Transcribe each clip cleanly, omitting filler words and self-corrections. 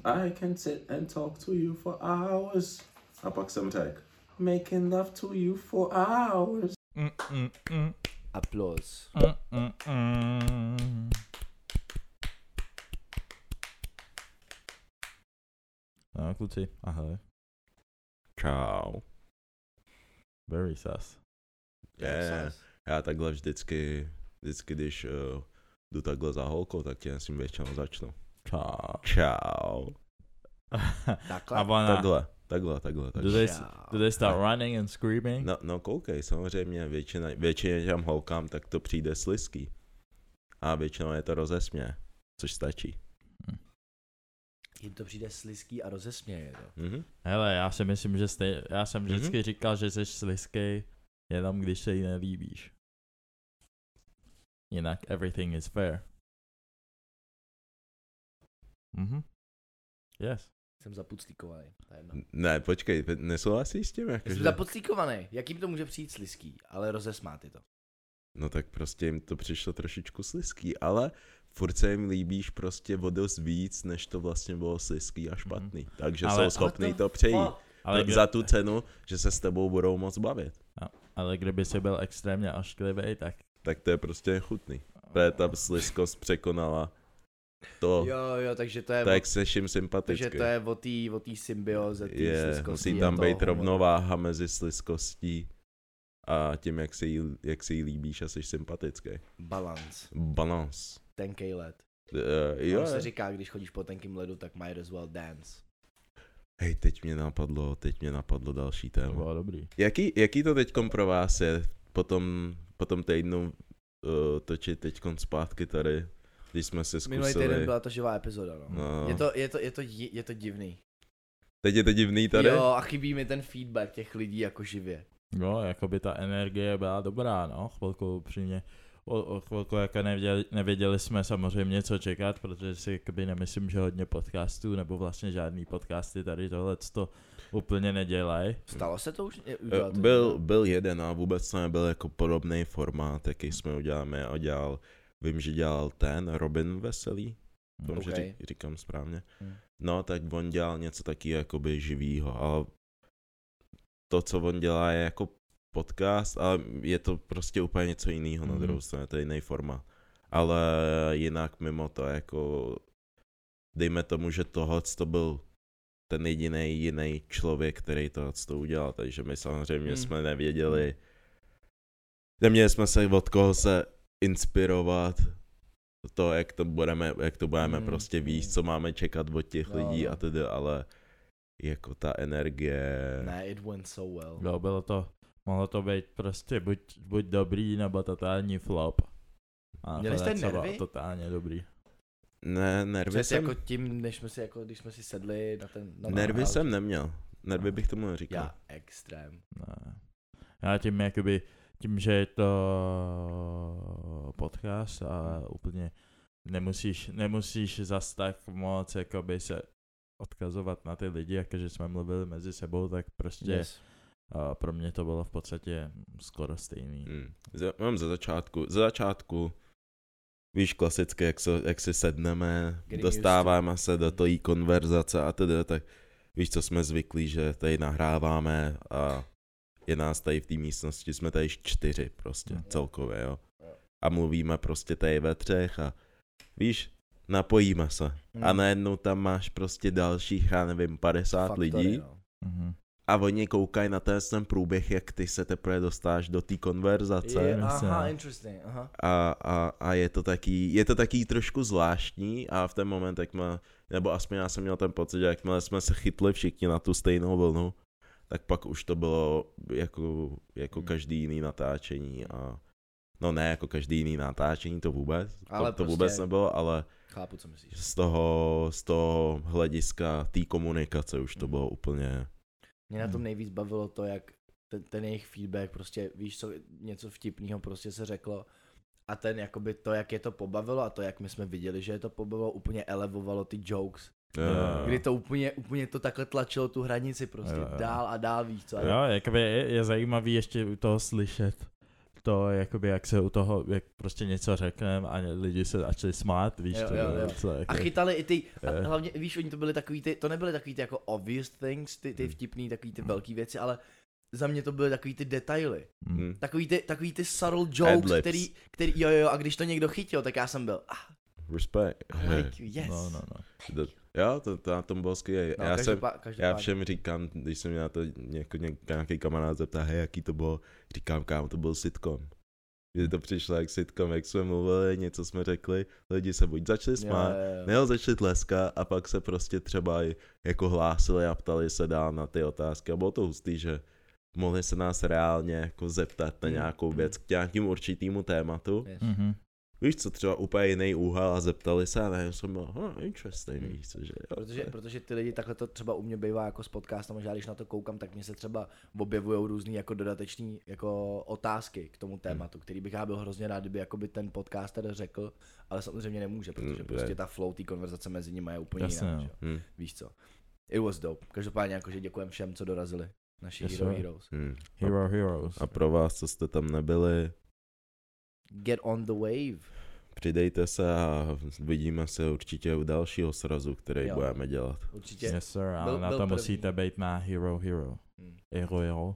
I can sit and talk to you for hours. A pak jsem řekl, making love to you for hours. Aplaus. No, kluci, ahoj. Čau. Very sus. Já takhle vždycky když jdu takhle za holkou, tak tě s ním většinou začnu. Čau. Takhle. Do they start running and screaming? No koukej, samozřejmě většině těm holkám tak to přijde slizký. A většinou je to rozesměje, což stačí. Jim to přijde slizký a rozesměje to. Mm-hmm. Hele, já si myslím, že já jsem vždycky říkal, že jsi slizkej, jenom když se jí nelíbíš. Jinak everything is fair. Yes. Jsem zapuclíkovaný. Ne, počkej, nesouhlasíš s tím? Jsem zapuclíkovaný. Jak jim to může přijít slizký, ale rozesmáty to. No tak prostě jim to přišlo trošičku slizký, ale furt se jim líbíš prostě o dost víc, než to vlastně bylo slizký a špatný. Takže jsou schopný to přejít. Ale za tu cenu, že se s tebou budou moc bavit. Ale kdyby jsi byl extrémně ošklivý, tak to je prostě nechutný. Protože ta slizkost překonala to, jo, takže to je tak seš jim sympatický. Takže to je o té symbioze, té slizkosti. Musí tam být rovnováha mezi slizkostí a tím, jak si jí líbíš a jsi sympatický. Balance. Tenkej led. Jo. Se říká, když chodíš po tenkým ledu, tak might as well dance. Hej, teď mě napadlo další téma. To bylo dobrý. Jaký to teďkom pro vás je po tom týdnu točit teďkom zpátky tady, když jsme se zkusili. Minulý týden byla to živá epizoda, no. Je to divný. Teď je to divný tady? Jo, a chybí mi ten feedback těch lidí jako živě. No, jakoby ta energie byla dobrá, no, chvilku upřímně. O chvilku jako nevěděli jsme samozřejmě co čekat, protože si jakoby nemyslím, že hodně podcastů, nebo vlastně žádný podcasty tady tohleto úplně nedělají. Stalo se to už? Byl jeden a vůbec to nebyl jako podobný formát, jaký jsme udělali. Vím, že dělal ten Robin Veselý, že říkám správně. No, tak on dělal něco taky jakoby živýho, ale to, co on dělá, je jako podcast, ale je to prostě úplně něco jiného na druhou stranu, to je jiný formát. Ale jinak mimo to jako, dejme tomu, že to byl ten jediný jiný člověk, který to udělal, takže my samozřejmě jsme neměli jsme se od koho se inspirovat, to, jak to budeme prostě víc, co máme čekat od těch lidí a tedy, ale jako ta energie. Ne, it went so well. Jo, mohlo to být prostě buď dobrý, nebo totální flop. A měli jste nervy? Totálně dobrý. Ne, nervy jsem... jako tím, když jsme si sedli na ten... nervy jsem neměl. Nervy bych tomu neříkal. Já extrém. Ne. Já tím, že je to podcast a úplně nemusíš zas tak moc jakoby se odkazovat na ty lidi, jakože jsme mluvili mezi sebou, tak prostě pro mě to bylo v podstatě skoro stejný. Mám za začátku víš klasicky, jak si sedneme, dostáváme se do té konverzace a tedy, tak víš, co jsme zvyklí, že tady nahráváme a je nás tady v té místnosti, jsme tady 4 prostě celkově, jo. A mluvíme prostě tady ve 3 a víš, napojíme se. A najednou tam máš prostě dalších, já nevím, 50 Faktory, lidí. No. A oni koukají na ten průběh, jak ty se teprve dostáš do té konverzace. Aha, interesting. Aha. A je to taky trošku zvláštní a v ten moment, nebo aspoň já jsem měl ten pocit, že jakmile jsme se chytli všichni na tu stejnou vlnu, tak pak už to bylo jako každý jiný natáčení a no ne jako každý jiný natáčení, to vůbec. Ale to vůbec nebylo, ale chápu, co myslíš. Z toho hlediska té komunikace už to bylo úplně... Mě na tom nejvíc bavilo to, jak ten jejich feedback, prostě víš co, něco vtipného prostě se řeklo a ten jakoby to, jak je to pobavilo a to, jak my jsme viděli, že je to pobavilo, úplně elevovalo ty jokes. Kdy to úplně to takhle tlačilo tu hranici prostě dál a dál, víš co. Jo, jakoby je zajímavý ještě u toho slyšet to, jakoby, jak se u toho, jak prostě něco řekneme a lidi se začali smát, víš, jo. jako... A chytali i ty, a hlavně, víš, oni to byly takový ty, to nebyly takový ty jako obvious things, ty vtipný, takový ty velký věci, ale za mě to byly takový ty detaily. Takový ty subtle jokes, který jo, a když to někdo chytil, tak já jsem byl, respect. Yes. No. Jo, to na tom bylo skvělé. No, Já všem říkám, když se mě na to nějaký kamarád zeptá, hej, jaký to bylo, říkám, kámo, to byl sitcom. Kdy to přišlo jak sitcom, jak jsme mluvili, něco jsme řekli, lidi se buď začali smát, nebo začali tleskat a pak se prostě třeba jako hlásili a ptali se dál na ty otázky a bylo to hustý, že mohli se nás reálně jako zeptat na nějakou věc k nějakým určitýmu tématu. Víš co, třeba úplně jiný úhel a zeptali se a ne, jsem byl, interesting, víš co, že jo. Protože ty lidi takhle to třeba u mě bývá jako s podcastem, že já když na to koukám, tak mě se třeba objevujou různý jako dodateční jako otázky k tomu tématu, který bych já byl hrozně rád, kdyby jakoby ten podcaster řekl, ale samozřejmě nemůže, protože prostě ta flow, té konverzace mezi nimi je úplně jiná, že? Víš co. It was dope. Každopádně jakože děkujem všem, co dorazili. Naši Hero Heroes. Hero Heroes. A pro vás, co jste tam nebyli, get on the wave. Přidejte se a vidíme se určitě u dalšího srazu, který budeme dělat. Určitě. Yes sir, ale na to musíte být na Hero. Hero.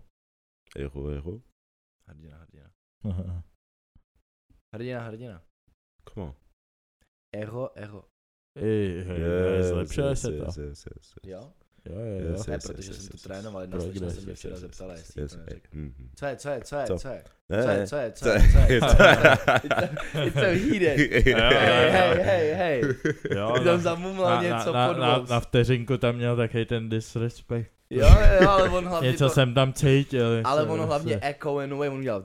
Hrdina. Come on. Ero. Zlepšuje se to. Jo? Jo. Ne, protože jsem to trénoval, jedna slečna se mě včera zeptala, jestli to neřekl. Co je? It's so heated. Hej. Tam zamumlal něco pod vás. Na vteřinku tam měl takový ten disrespect. Jo, ale on hlavně něco jsem tam cítil. Ale on hlavně echo in a way, on udělal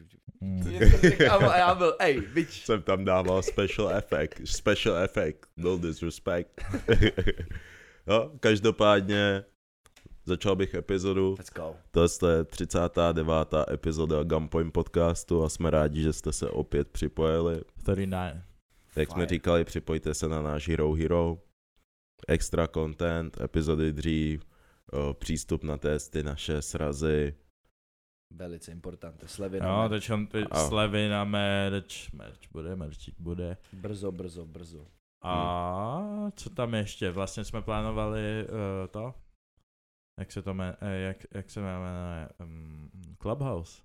a já byl, bitch. Jsem tam dával special effect, no disrespect. Jo, každopádně začal bych epizodu. Let's go. To je 39. epizoda Gunpoint podcastu a jsme rádi, že jste se opět připojili. 39. Jak jsme říkali, připojte se na náš Hero. Extra content, epizody dřív, přístup na testy, naše srazy. Velice importante. Slevy na merch. Slevy na merch bude. Brzo. A co tam ještě? Vlastně jsme plánovali to? Jak se to jak se jmenuje? Clubhouse.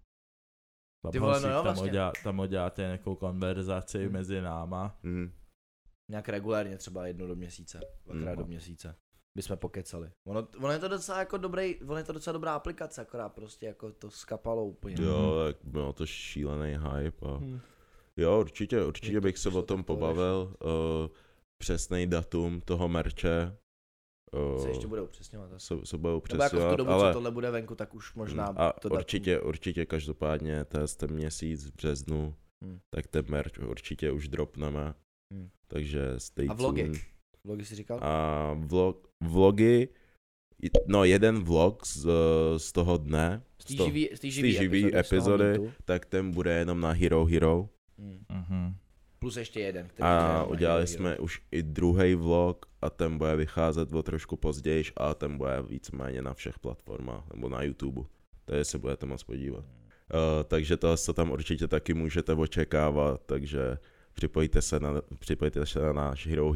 Tam uděláte nějakou konverzaci mezi náma. Nějak regulárně, třeba jednou do měsíce, dvakrát do měsíce. Bychom pokecali. Ono je to docela jako dobrá aplikace, akorát prostě jako to skapalo úplně. Jo, tak bylo to šílený hype a jo, určitě bych se o tom pobavil. Přesný datum toho merče. Se ještě budou upřesňovat. Se budou upřesňovat, jako v tu dobu, co tohle bude venku, tak už možná to určitě každopádně ten měsíc v březnu, tak ten merch určitě už dropneme. Takže stay tuned. A vlogy? Vlogy jsi říkal? A vlogy, jeden vlog z toho dne, z té živý epizody, tak ten bude jenom na Hero. Plus ještě jeden. A udělali jsme už i druhý vlog a ten bude vycházet o trošku později a ten bude víceméně na všech platformách nebo na YouTube. Takže se budete moc podívat. Takže to se tam určitě taky můžete očekávat, takže připojte se na náš Hero.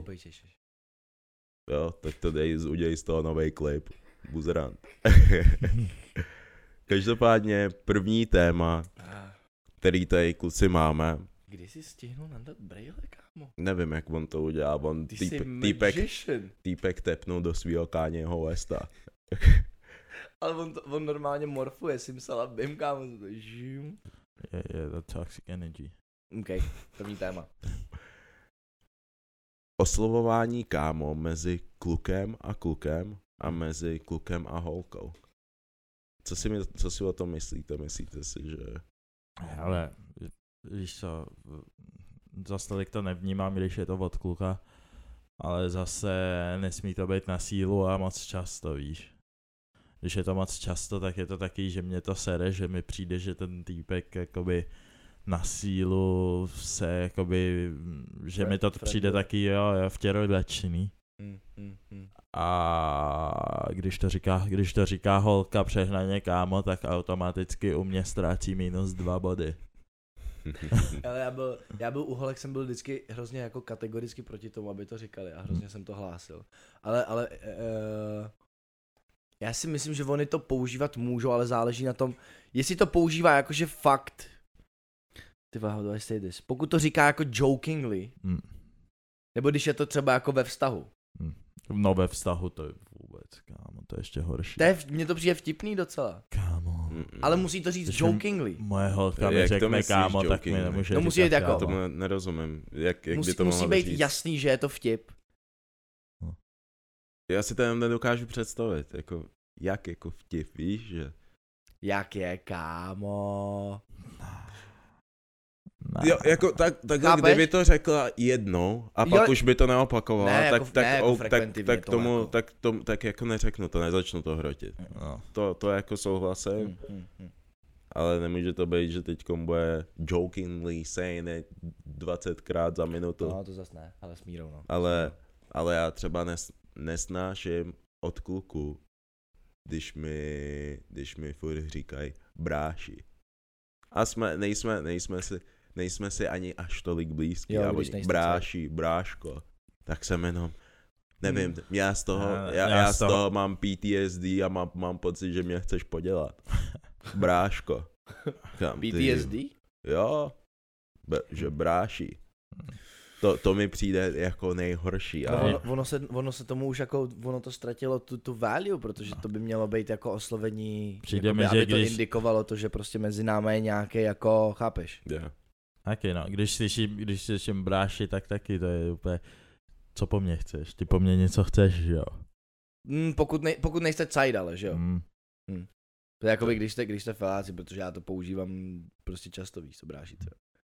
Jo, tak to udělej z toho nový klip. Buzerant. Každopádně první téma, který tady kluci máme. Kdy jsi stihnul nadat brejle, kámo? Nevím, jak on to udělá. On týpek tepnul do svýho Kanyeho Westa. Ale on normálně morfuje Simsalabim, kámo. Je to toxic energy. OK, první téma. Oslovování kámo mezi klukem a mezi klukem a holkou. Co si o tom myslíte? Myslíte si, že... Ale víš co, zase tolik to nevnímám, když je to od kluka, ale zase nesmí to být na sílu a moc často, víš. Když je to moc často, tak je to taky, že mě to sere, že mi přijde, že ten týpek jakoby na sílu se jakoby, že mi to přijde taky vtěrojlečný. A když to říká holka přehnaně kámo, tak automaticky u mě ztrácí -2 body. Ale já byl u holek, jsem byl vždycky hrozně jako kategoricky proti tomu, aby to říkali a hrozně jsem to hlásil. Ale já si myslím, že oni to používat můžou, ale záleží na tom, jestli to používá jakože fakt. Ty how do I say this? Pokud to říká jako jokingly, nebo když je to třeba jako ve vztahu. No ve vztahu to je vůbec, kámo, to je ještě horší. Mně to přijde vtipný docela. Kámo. Ale musí to říct jokingly. Moje holka mi řekne kámo, jokingly? tak mi nemůže No musí říkat jít jako- kámo. Tomu nerozumím. Jak by to Musí mohlo být říct? jasný, že je to vtip. Já si to jenom nedokážu představit, jako, jak jako vtip, víš, že... Jak je, kámo? Ne. Jo, jako takhle, Chápeš? kdyby to řekla jednou a pak Jo. už by to neopakovala, Ne, tak, jako- tak, ne, jako tak, frekventivně tak, to tomu, jako. tak jako neřeknu to, nezačnu to hrotit. No. To jako souhlasím, ale nemůže to být, že teďkom bude jokingly saying it 20krát za minutu. No, to zas ne, ale s mírou, no. Ale já třeba nesnáším od kluku, když mi furt říkají bráši. A nejsme si ani až tolik blízký, Jo, a když oni nejste bráši, bráško, tak jsem jenom, nevím, já z toho, Já já z z toho mám PTSD a mám pocit, že mě chceš podělat. Bráško. Kam ty? PTSD? Jo, že bráši. To mi přijde jako nejhorší. Ale... No, ono se tomu už jako, ono to ztratilo tu value, protože to by mělo být jako oslovení, Přijde jakoby, mi, že aby to když- indikovalo to, že prostě mezi námi je nějaký jako, chápeš? Yeah. Taky no, když slyším bráši, tak taky to je úplně, co po mně chceš, ty po mně něco chceš, že jo. Pokud nejste cajd, ale že jo. Mm. To je jakoby, když jste feláci, protože já to používám prostě často, víš, co brášíte.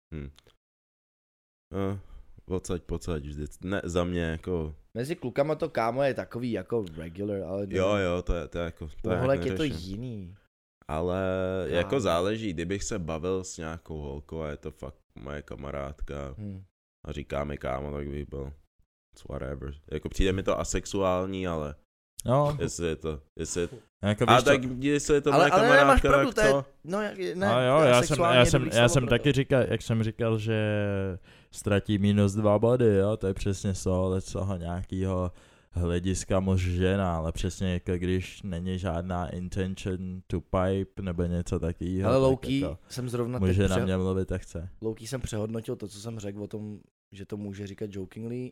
Pocať vždycky. Ne, za mě jako... Mezi klukama to kámo je takový jako regular, ale Jo, to je jako... u holek je to neřeším. jiný. Ale Kámo. jako záleží, kdybych se bavil s nějakou holkou a je to fakt moje kamarádka a říká mi kámo, tak bych byl whatever. Jako přijde mi to asexuální, ale No, jestli je to... jako A víš tak co? jestli je to Ale moje nemáš kamarádka, pravdu, tak co? No, ne, A jo, já jsem taky říkal, jak jsem říkal, že ztratí -2 body, jo, to je přesně z toho nějakého hlediska muž žena, ale přesně jako když není žádná intention to pipe nebo něco takového. Ale tak low-key jako jsem zrovna může na mě mluvit, tak chce. low-key jsem přehodnotil to, co jsem řekl o tom, že to může říkat jokingly.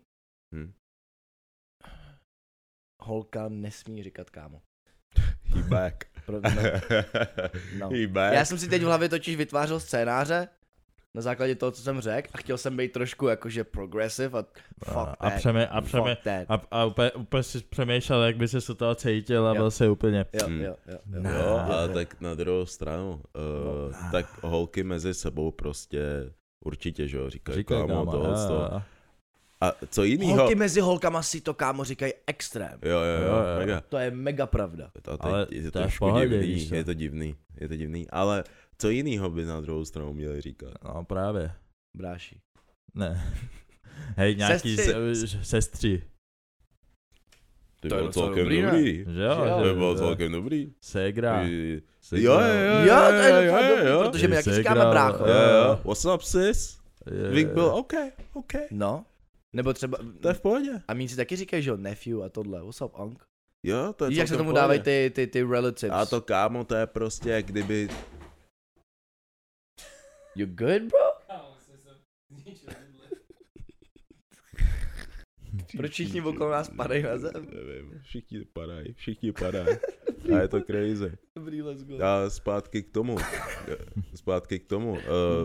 Holka nesmí říkat kámo. He back. No. He back. Já jsem si teď v hlavě totiž vytvářel scénáře na základě toho, co jsem řekl a chtěl jsem být trošku jakože progressive a fuck that. A úplně si přemýšlel, jak by se z toho cítil a byl se úplně... Jo. Jo, ale tak na druhou stranu, tak holky mezi sebou prostě určitě, že jo, říkají kámo toho. A co jinýho? Holky mezi holkama si to kámo říkají extrém. Jo, mega. To je mega pravda. Ale je to je v trošku pohodě, divný, víš co? je to divný, ale co jinýho by na druhou stranu měli říkat? No právě. Bráši. Ne. Hej, nějaký sestři. To To je bylo docela celkem dobrý, ne? dobrý. Že jo? To bylo celkem dobrý. Ségra. Jo, to je docela dobrý, protože my taky říkáme brácho. Jo. What's up, sis? Vík byl OK. No. Nebo třeba, To je v pohodě. a míň si taky říkají, že jo, nephew a tohle. What's up, unc? Jo, to je Víš, jak se celkem tomu v pohodě. dávají ty relatives. A to kámo, to je prostě jak kdyby... You good, bro? Proč všichni okolo nás padají na zem? Nevím, všichni padají. A je to crazy. Dobrý, let's go. A zpátky k tomu.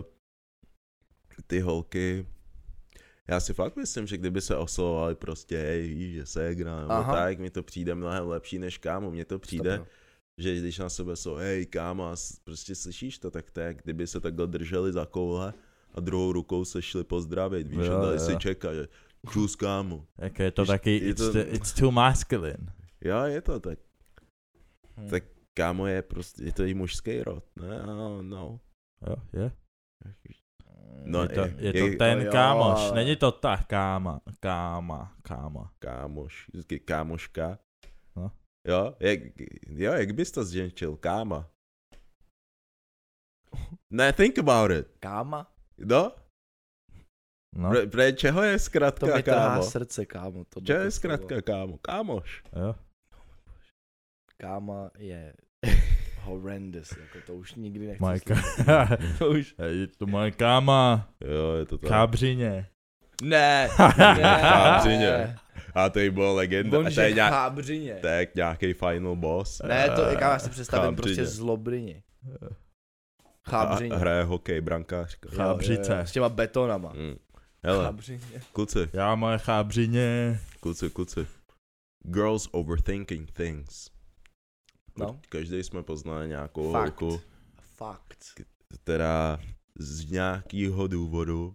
Ty holky, já si fakt myslím, že kdyby se oslovovali prostě, hej, víš, že ségra, nebo tak, mi to přijde mnohem lepší než kámo. Mně to přijde, že když na sebe jsou, hej, kámo, a prostě slyšíš to, tak to je, kdyby se takhle drželi za koule a druhou rukou se šli pozdravit, víš, a dali si čekat, že čus, kámo. Jak je to taky, it's too masculine. Jo, je to tak. Tak kámo je prostě, je to i mužský rod, ne? No. Jo, je. No, je to ten jo, kámoš, ale- není to ta káma. Kámoš, vždycky kámoška. No. Jo, jak bys to zženčil, káma? Ne, think about it. Káma? No? No. Pre čeho je To zkratka, mi trhá kámo? srdce, kámo. Čeho je zkratka, kámo? Kámoš. Jo. Káma je horrendous, jako to už nikdy nechci Majka. slyšet. To už... Hej, to moje káma. Jo, je to tak. Kábřině. Ne, Chábřině. A to jí bylo legenda. On To je že nějak, chábřině. to je nějaký final boss. Ne, to já si představím Chábřině. prostě zlobrině. A Chábřině. hraje hokej, brankářka. Chábřice. S těma betonama. Hele, Chábřině. kluci. Já moje chábřině. Kluci. Girls overthinking things. No. Každý jsme poznali nějakou Fakt. holku, Fakt. která z nějakého důvodu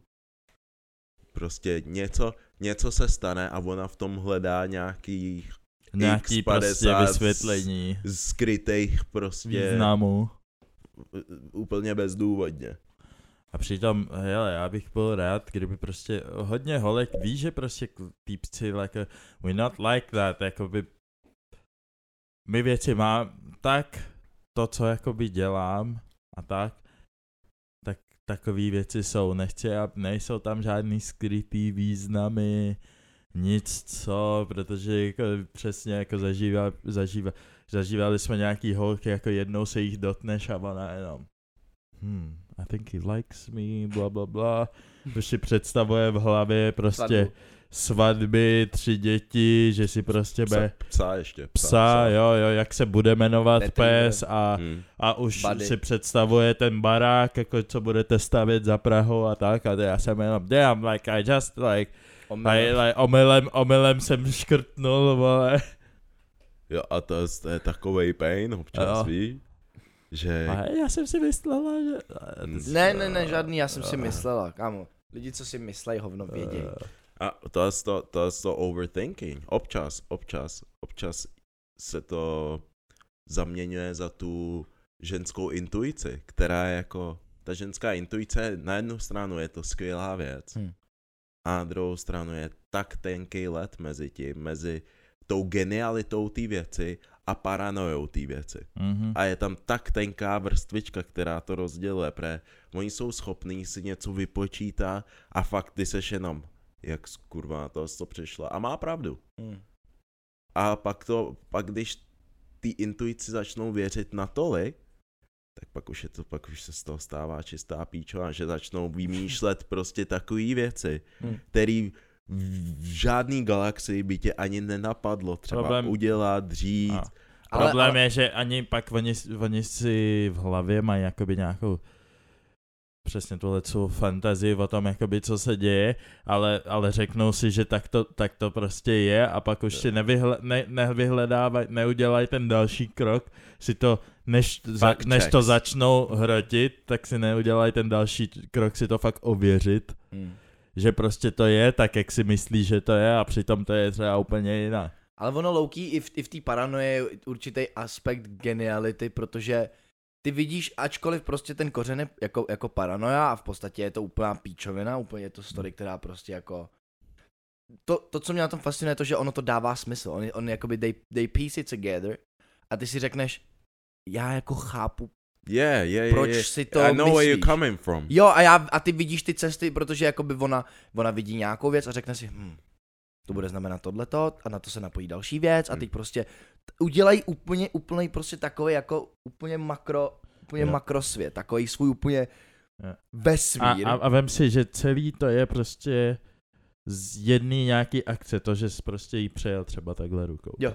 prostě něco se stane a ona v tom hledá nějaký Nějaký prostě X50 vysvětlení. skrytých prostě Významu. úplně bezdůvodně. A přitom, hele, já bych byl rád, kdyby prostě hodně holek ví, že prostě týpci like, we not like that, jakoby my věci mám tak, to, co jakoby dělám a tak takový věci jsou, nejsou tam žádný skrytý významy, nic co, protože jako přesně jako zažívali jsme nějaký holky, jako jednou se jich dotkneš a ona jenom I think he likes me, bla bla bla. Už si představuje v hlavě prostě svatby, 3 děti, že si prostě Psa ještě. Psa, jo, jak se bude jmenovat Retriever. pes a už Buddy. si představuje ten barák, jako co budete stavět za Prahou a tak. A já jsem jenom, damn, like I just like, omylem jsem škrtnul, vole. Jo, a to je takovej pain občas, Jo. víš? Že... A já jsem si myslela, že... Ne, žádný, já jsem si myslela, kámo. Lidi, co si myslejí, hovno vědějí. A to je to overthinking. Občas se to zaměňuje za tu ženskou intuici, která je jako, ta ženská intuice na jednu stranu je to skvělá věc a na druhou stranu je tak tenký led mezi tou genialitou té věci a paranojou té věci. Mm-hmm. A je tam tak tenká vrstvička, která to rozděluje, protože oni jsou schopní si něco vypočítat a fakt ty seš jenom, jak kurva to přišla. A má pravdu. A pak když ty intuici začnou věřit natolik, tak pak už se z toho stává čistá píčová, že začnou vymýšlet prostě takový věci, který v žádný galaxii by tě ani nenapadlo třeba udělat, říct. Problém je, že ani pak oni si v hlavě mají jakoby nějakou přesně tuhletu fantazii o tom, jakoby, co se děje, ale řeknou si, že tak to prostě je a pak už si nevyhledávají, neudělají ten další krok, si to, než to začnou hrotit, tak si neudělají ten další krok, si to fakt ověřit, že prostě to je tak, jak si myslí, že to je a přitom to je třeba úplně jinak. Ale ono low-key i v té paranoje je určitý aspekt geniality, protože ty vidíš, ačkoliv prostě ten kořen je jako paranoja a v podstatě je to úplná píčovina, úplně je to story, která prostě jako... To, co mě na tom fascinuje, je to, že ono to dává smysl. On jakoby they piece it together a ty si řekneš, já jako chápu, proč si to I know myslíš. where you're coming from. Jo, a ty vidíš ty cesty, protože jakoby ona vidí nějakou věc a řekne si, to bude znamenat tohleto a na to se napojí další věc a teď prostě udělají úplně prostě takový jako úplně makrosvět, takový svůj úplně vesmír. A vem si, že celý to je prostě z jedné nějaký akce, to, že jsi prostě jí přejel třeba takhle rukou. Jo.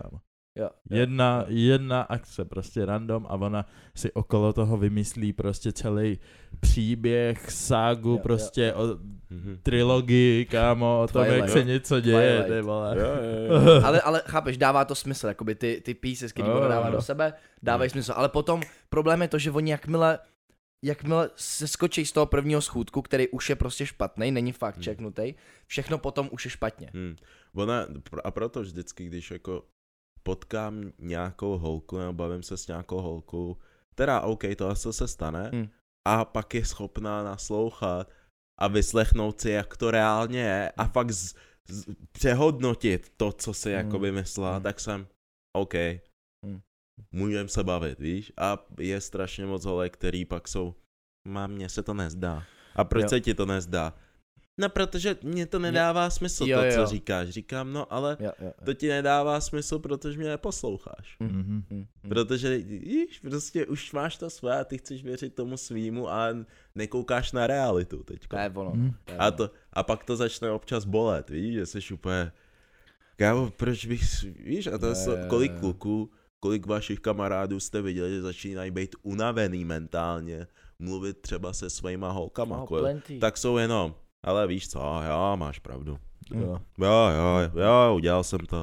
Jedna akce, prostě random a ona si okolo toho vymyslí prostě celý příběh, ságu, prostě o trilogii, kámo, o tom, jak se něco děje, ty vole. Ale chápeš, dává to smysl, jakoby ty pieces, který ona dává do sebe, dávají smysl, ale potom problém je to, že oni jakmile se skočí z toho prvního schůdku, který už je prostě špatný, není fakt checknutý, všechno potom už je špatně. A proto vždycky, když jako potkám nějakou holku nebo bavím se s nějakou holkou, teda OK, tohle se stane a pak je schopná naslouchat a vyslechnout si, jak to reálně je a fakt přehodnotit to, co si jakoby myslela, tak jsem OK, Můžeme se bavit, víš? A je strašně moc holek, který pak jsou, mně se to nezdá. A proč se ti to nezdá? No, protože mně to nedává smysl, co říkáš. Říkám, no, ale to ti nedává smysl, protože mě neposloucháš. Protože, víš, prostě už máš to své a ty chceš věřit tomu svýmu a nekoukáš na realitu teďko. To je ono. A pak to začne občas bolet, víš, že jsi úplně, kámo, proč bych, víš, a to je kolik kluků, kolik vašich kamarádů jste viděli, že začínají být unavený mentálně, mluvit třeba se svýma holkama, tak jsou jenom, ale víš co, jo, máš pravdu. Jo, udělal jsem to.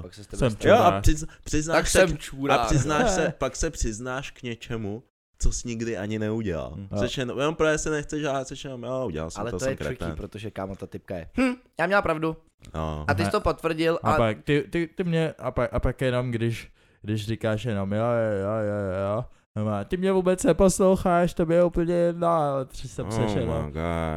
Pak se přiznáš k něčemu, co jsi nikdy ani neudělal. Jenom protože se nechceš žádat, udělal jsem ale to, jsem kreten. Ale to je triky, protože kámo ta typka je, já měla pravdu. No. A ty jsi to potvrdil. A pak ty mě, a pak jenom když říkáš jenom jo, ty mě vůbec neposloucháš, to je úplně jedno, ale jsem přešel. Oh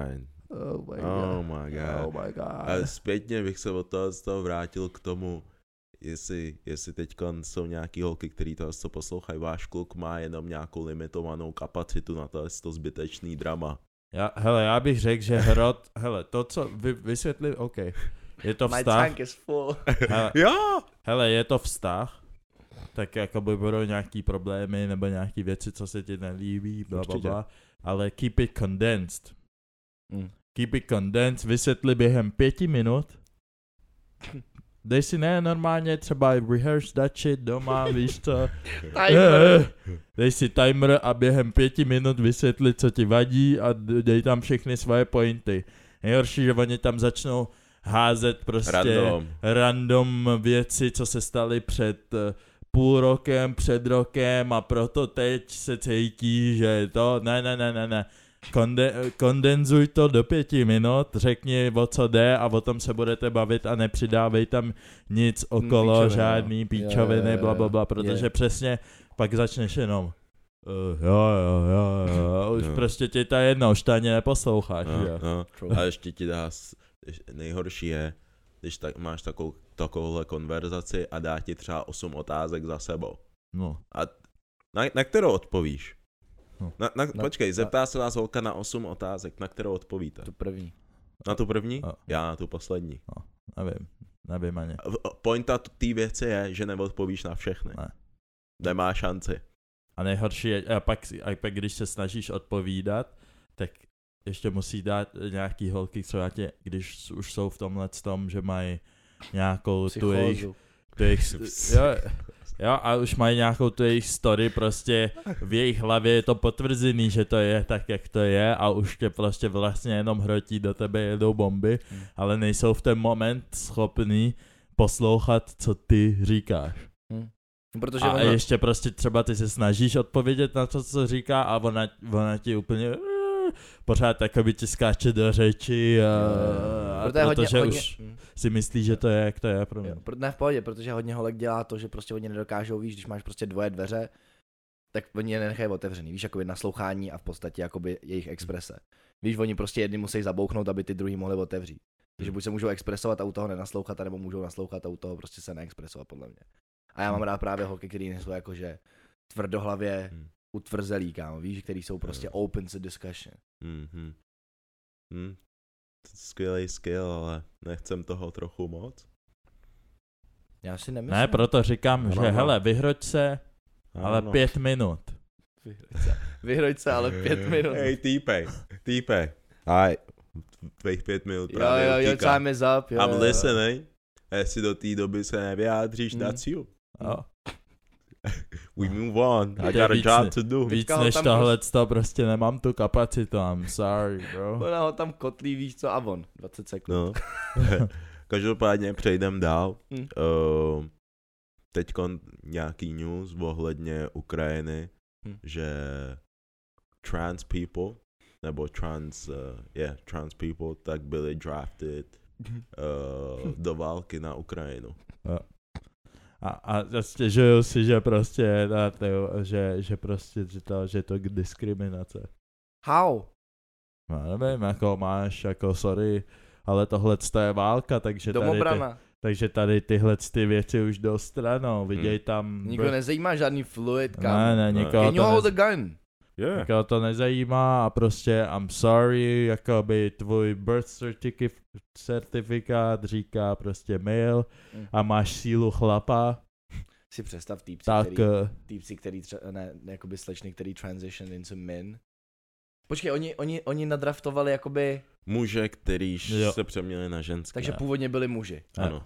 my god. A zpětně bych se od toho vrátil k tomu, jestli teď jsou nějaký holky, který to poslouchají, váš kluk má jenom nějakou limitovanou kapacitu na to zbytečný drama. Já bych řekl, že to, co vysvětlil, OK, je to vztah. My tank is full. Hele, je to vztah, tak jako by budou nějaký problémy nebo nějaký věci, co se ti nelíbí, blablabla, ale keep it condensed. Keep it condensed, vysvětli během 5 minut. Dej si normálně třeba rehearse that shit doma, víš co. Dej si timer a během 5 minut vysvětli, co ti vadí a dej tam všechny svoje pointy. Nejhorší, že oni tam začnou házet prostě random věci, co se staly před půl rokem, před rokem a proto teď se cítí, že to, ne. Kondenzuj to do 5 minut, řekni, o co jde a o tom se budete bavit a nepřidávej tam nic okolo, žádný píčoviny, blablabla, protože přesně pak začneš jenom už prostě ti ta jedno, už to ani neposloucháš. A ještě ti dá, nejhorší je, když máš takovouhle konverzaci a dá ti třeba 8 otázek za sebou. No. A na kterou odpovíš? Počkej, zeptá se vás holka na 8 otázek, na kterou odpovíte? Tu první. Na tu první? Já na tu poslední. Nevím ani. Pointa té věci je, že neodpovíš na všechny. Ne. Nemá šanci. A nejhorší je, a pak když se snažíš odpovídat, tak ještě musí dát nějaký holky, co když už jsou v tomhle tom, že mají nějakou tu jejich jo, a už mají nějakou tu jejich story, prostě v jejich hlavě je to potvrzený, že to je tak, jak to je a už tě prostě vlastně jenom hrotí, do tebe jedou bomby, ale nejsou v ten moment schopný poslouchat, co ty říkáš. Protože a ještě prostě třeba ty se snažíš odpovědět na to, co říká a ona ti úplně pořád takoby ti skáče do řeči a protože hodně, už si myslí, že to je, jak to je pro mě. Ne, v pohodě, protože hodně holek dělá to, že prostě oni nedokážou, víš, když máš prostě 2 dveře, tak oni je nenechají otevřený, víš, jakoby naslouchání a v podstatě jakoby jejich exprese. Víš, oni prostě jedni musí zabouchnout, aby ty druhý mohli otevřít. Takže buď se můžou expresovat a u toho nenaslouchat, nebo můžou naslouchat a u toho prostě se neexpresovat, podle mě. A já mám rád právě holky, který nejsou jakože tvrdohlavě utvrzelí, kámo, víš, který jsou prostě open to discussion. Skvělý skill, ale nechcem toho trochu moc. Já si nemyslím. Ne, proto říkám, že hele, vyhroď se, ale 5 minut. Vyhroď se, ale 5 minut. Hej, týpej. Aj, tvých 5 minut právě jo, time is up. I'm listening. Jestli do té doby se nevyjádříš, that's you. We move on. I got a job to do. Víc než tohle, to prostě nemám tu kapacitu, I'm sorry, bro. Ona ho tam kotlí, víš co, a on, 20 sekund. No. Každopádně přejdem dál. Teďko nějaký news ohledně Ukrajiny, že trans people, nebo trans people, tak byli drafted do války na Ukrajinu. A stěžuju si, že prostě, že to diskriminace. How? Já nevím, jako máš, jako sorry, ale tohle je válka, takže domobrana. Takže tady tyhle ty věci už jdou stranou, viděj tam... Nikoho nezajímá žádný fluid, kámo. Ne, nikoho Can you hold a gun? Nikoho to nezajímá a prostě I'm sorry, jakoby tvůj birth certificate říká prostě male a máš sílu chlapa. Si představ týpci, který jakoby slečny, který transition into men. Počkej, oni nadraftovali jakoby... Muže, který se přeměnili na ženské. Takže původně byli muži. Ano.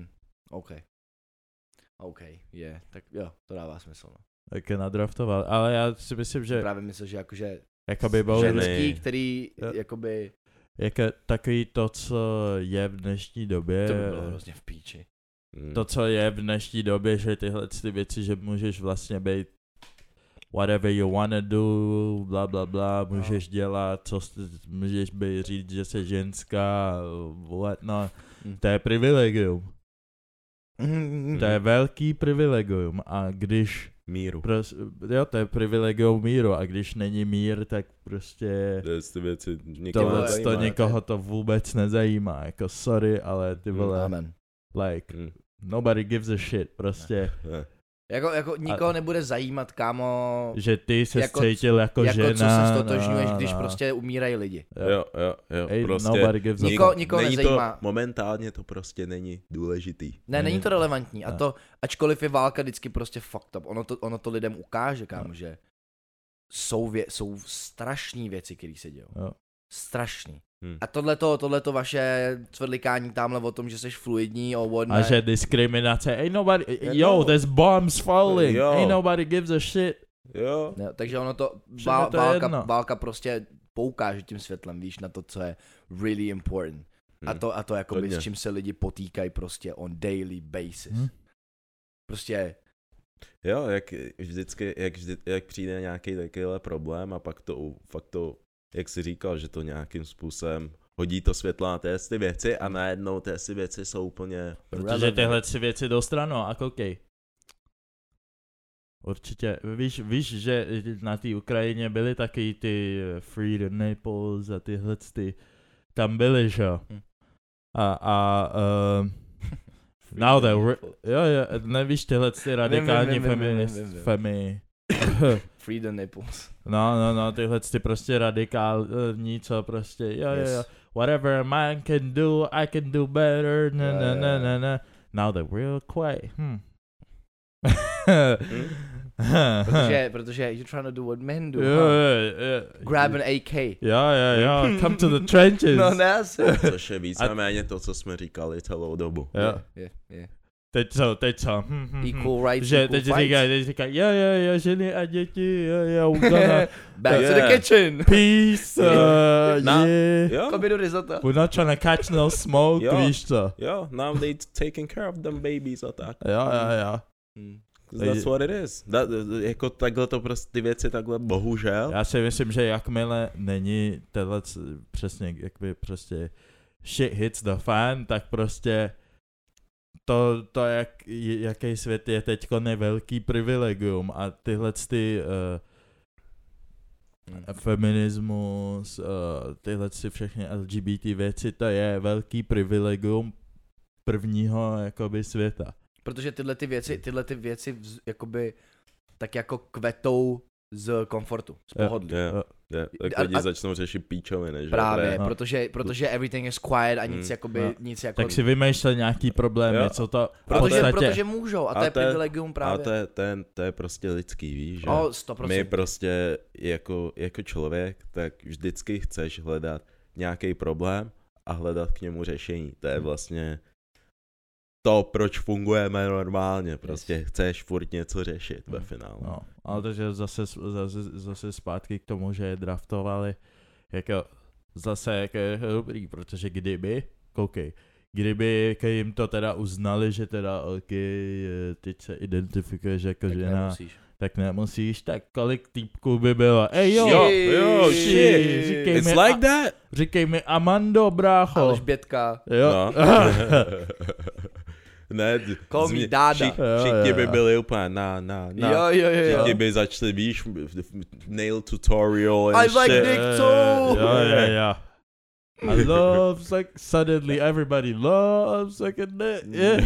OK, tak jo, to dává smysl. No. Tak je nadraftoval, ale já si myslím, že... Právě myslím, že jakože ženský, který jakoby... Jako takový to, co je v dnešní době... To by bylo hrozně v píči. To, co je v dnešní době, že tyhle ty věci, že můžeš vlastně být whatever you wanna do, bla bla bla, můžeš dělat, můžeš říct, že jsi ženská, whatnot, to je privilegium. To je velký privilegium a když... Míru. To je privilegium míru a když není mír, tak prostě... Věci nikoho to vůbec nezajímá, jako sorry, ale ty vole... Amen. Like, nobody gives a shit, prostě... Jako nikoho nebude zajímat, kámo... Že ty se cítil jako žena... Jako co se stotožňuješ, když prostě umírají lidi. Jo. Prostě nobody gives a fuck. Nikoho nezajímá. Momentálně to prostě není důležitý. Není to relevantní. A to, ačkoliv je válka vždycky prostě fucked up, ono to lidem ukáže, kámo, že jsou strašný věci, které se dějou. Strašný. A tohleto vaše cvrlikání tamhle o tom, že jsi fluidní o whatnot. A že diskriminace, ain't nobody, there's bombs falling, ain't nobody gives a shit. Jo. No, takže ono to, válka prostě poukáže tím světlem, víš, na to, co je really important. A to jakoby s čím se lidi potýkají prostě on daily basis. Prostě... Jo, jak vždycky, jak přijde nějaký takovýhle problém a pak to fakt to, jak jsi říkal, že to nějakým způsobem hodí to světlo na ty věci a najednou ty věci jsou úplně... Protože tyhle věci jdou stranou a koukej. Určitě, víš, že na té Ukrajině byly taky ty Free the Naples a tyhle tam byly, že jo. Now nevíš tyhle radikální Free the Naples. No, tyhle prostě radikální, co prostě, whatever a man can do, I can do better, na. Now they're real quiet, protože you're trying to do what men do, Grab an AK. Come to the trenches. No, ne asi. Což je víceméně to, co jsme říkali celou dobu. Teď co? Equal rights, že teď říká, ženy a děti, back to the kitchen. Peace, Come do risotto. We're not trying to catch no smoke, víš co? Now they taking care of them babies a tak. Jo. That's what it is. Jako takhle to prostě ty věci takhle, bohužel. Já si myslím, že jakmile není tenhle přesně, jakby prostě shit hits the fan, tak prostě to jaký svět je teďko nevelký privilegium a tyhle feminismus, tyhle všechny LGBT věci, to je velký privilegium prvního jakoby světa. Protože tyhle ty věci jakoby tak jako kvetou z komfortu, z pohodlí. Tak lidi začnou řešit píčoviny, že? Právě, protože everything is quiet a nic jako... Tak si vymýšlej nějaký problémy, co to... Protože můžou a to je privilegium právě. A to je prostě lidský, víš, že? 100%. My prostě jako člověk, tak vždycky chceš hledat nějaký problém a hledat k němu řešení. To je vlastně to, proč fungujeme normálně, prostě chceš furt něco řešit ve finále. No, ale takže zase zpátky k tomu, že je draftovali, jako zase jako je dobrý, protože kdyby jim to teda uznali, že teda teď se identifikuješ jako tak žena, tak nemusíš, tak kolik týpků by bylo, yo, shit, it's like that. Říkej mi Amando, brácho. Alžbětka. Jo. Ne, všichni by byli úplně na. Všichni by začali, víš, nail tutorial and I like dick too. Jo. I love suddenly everybody loves sucking dick. Yeah.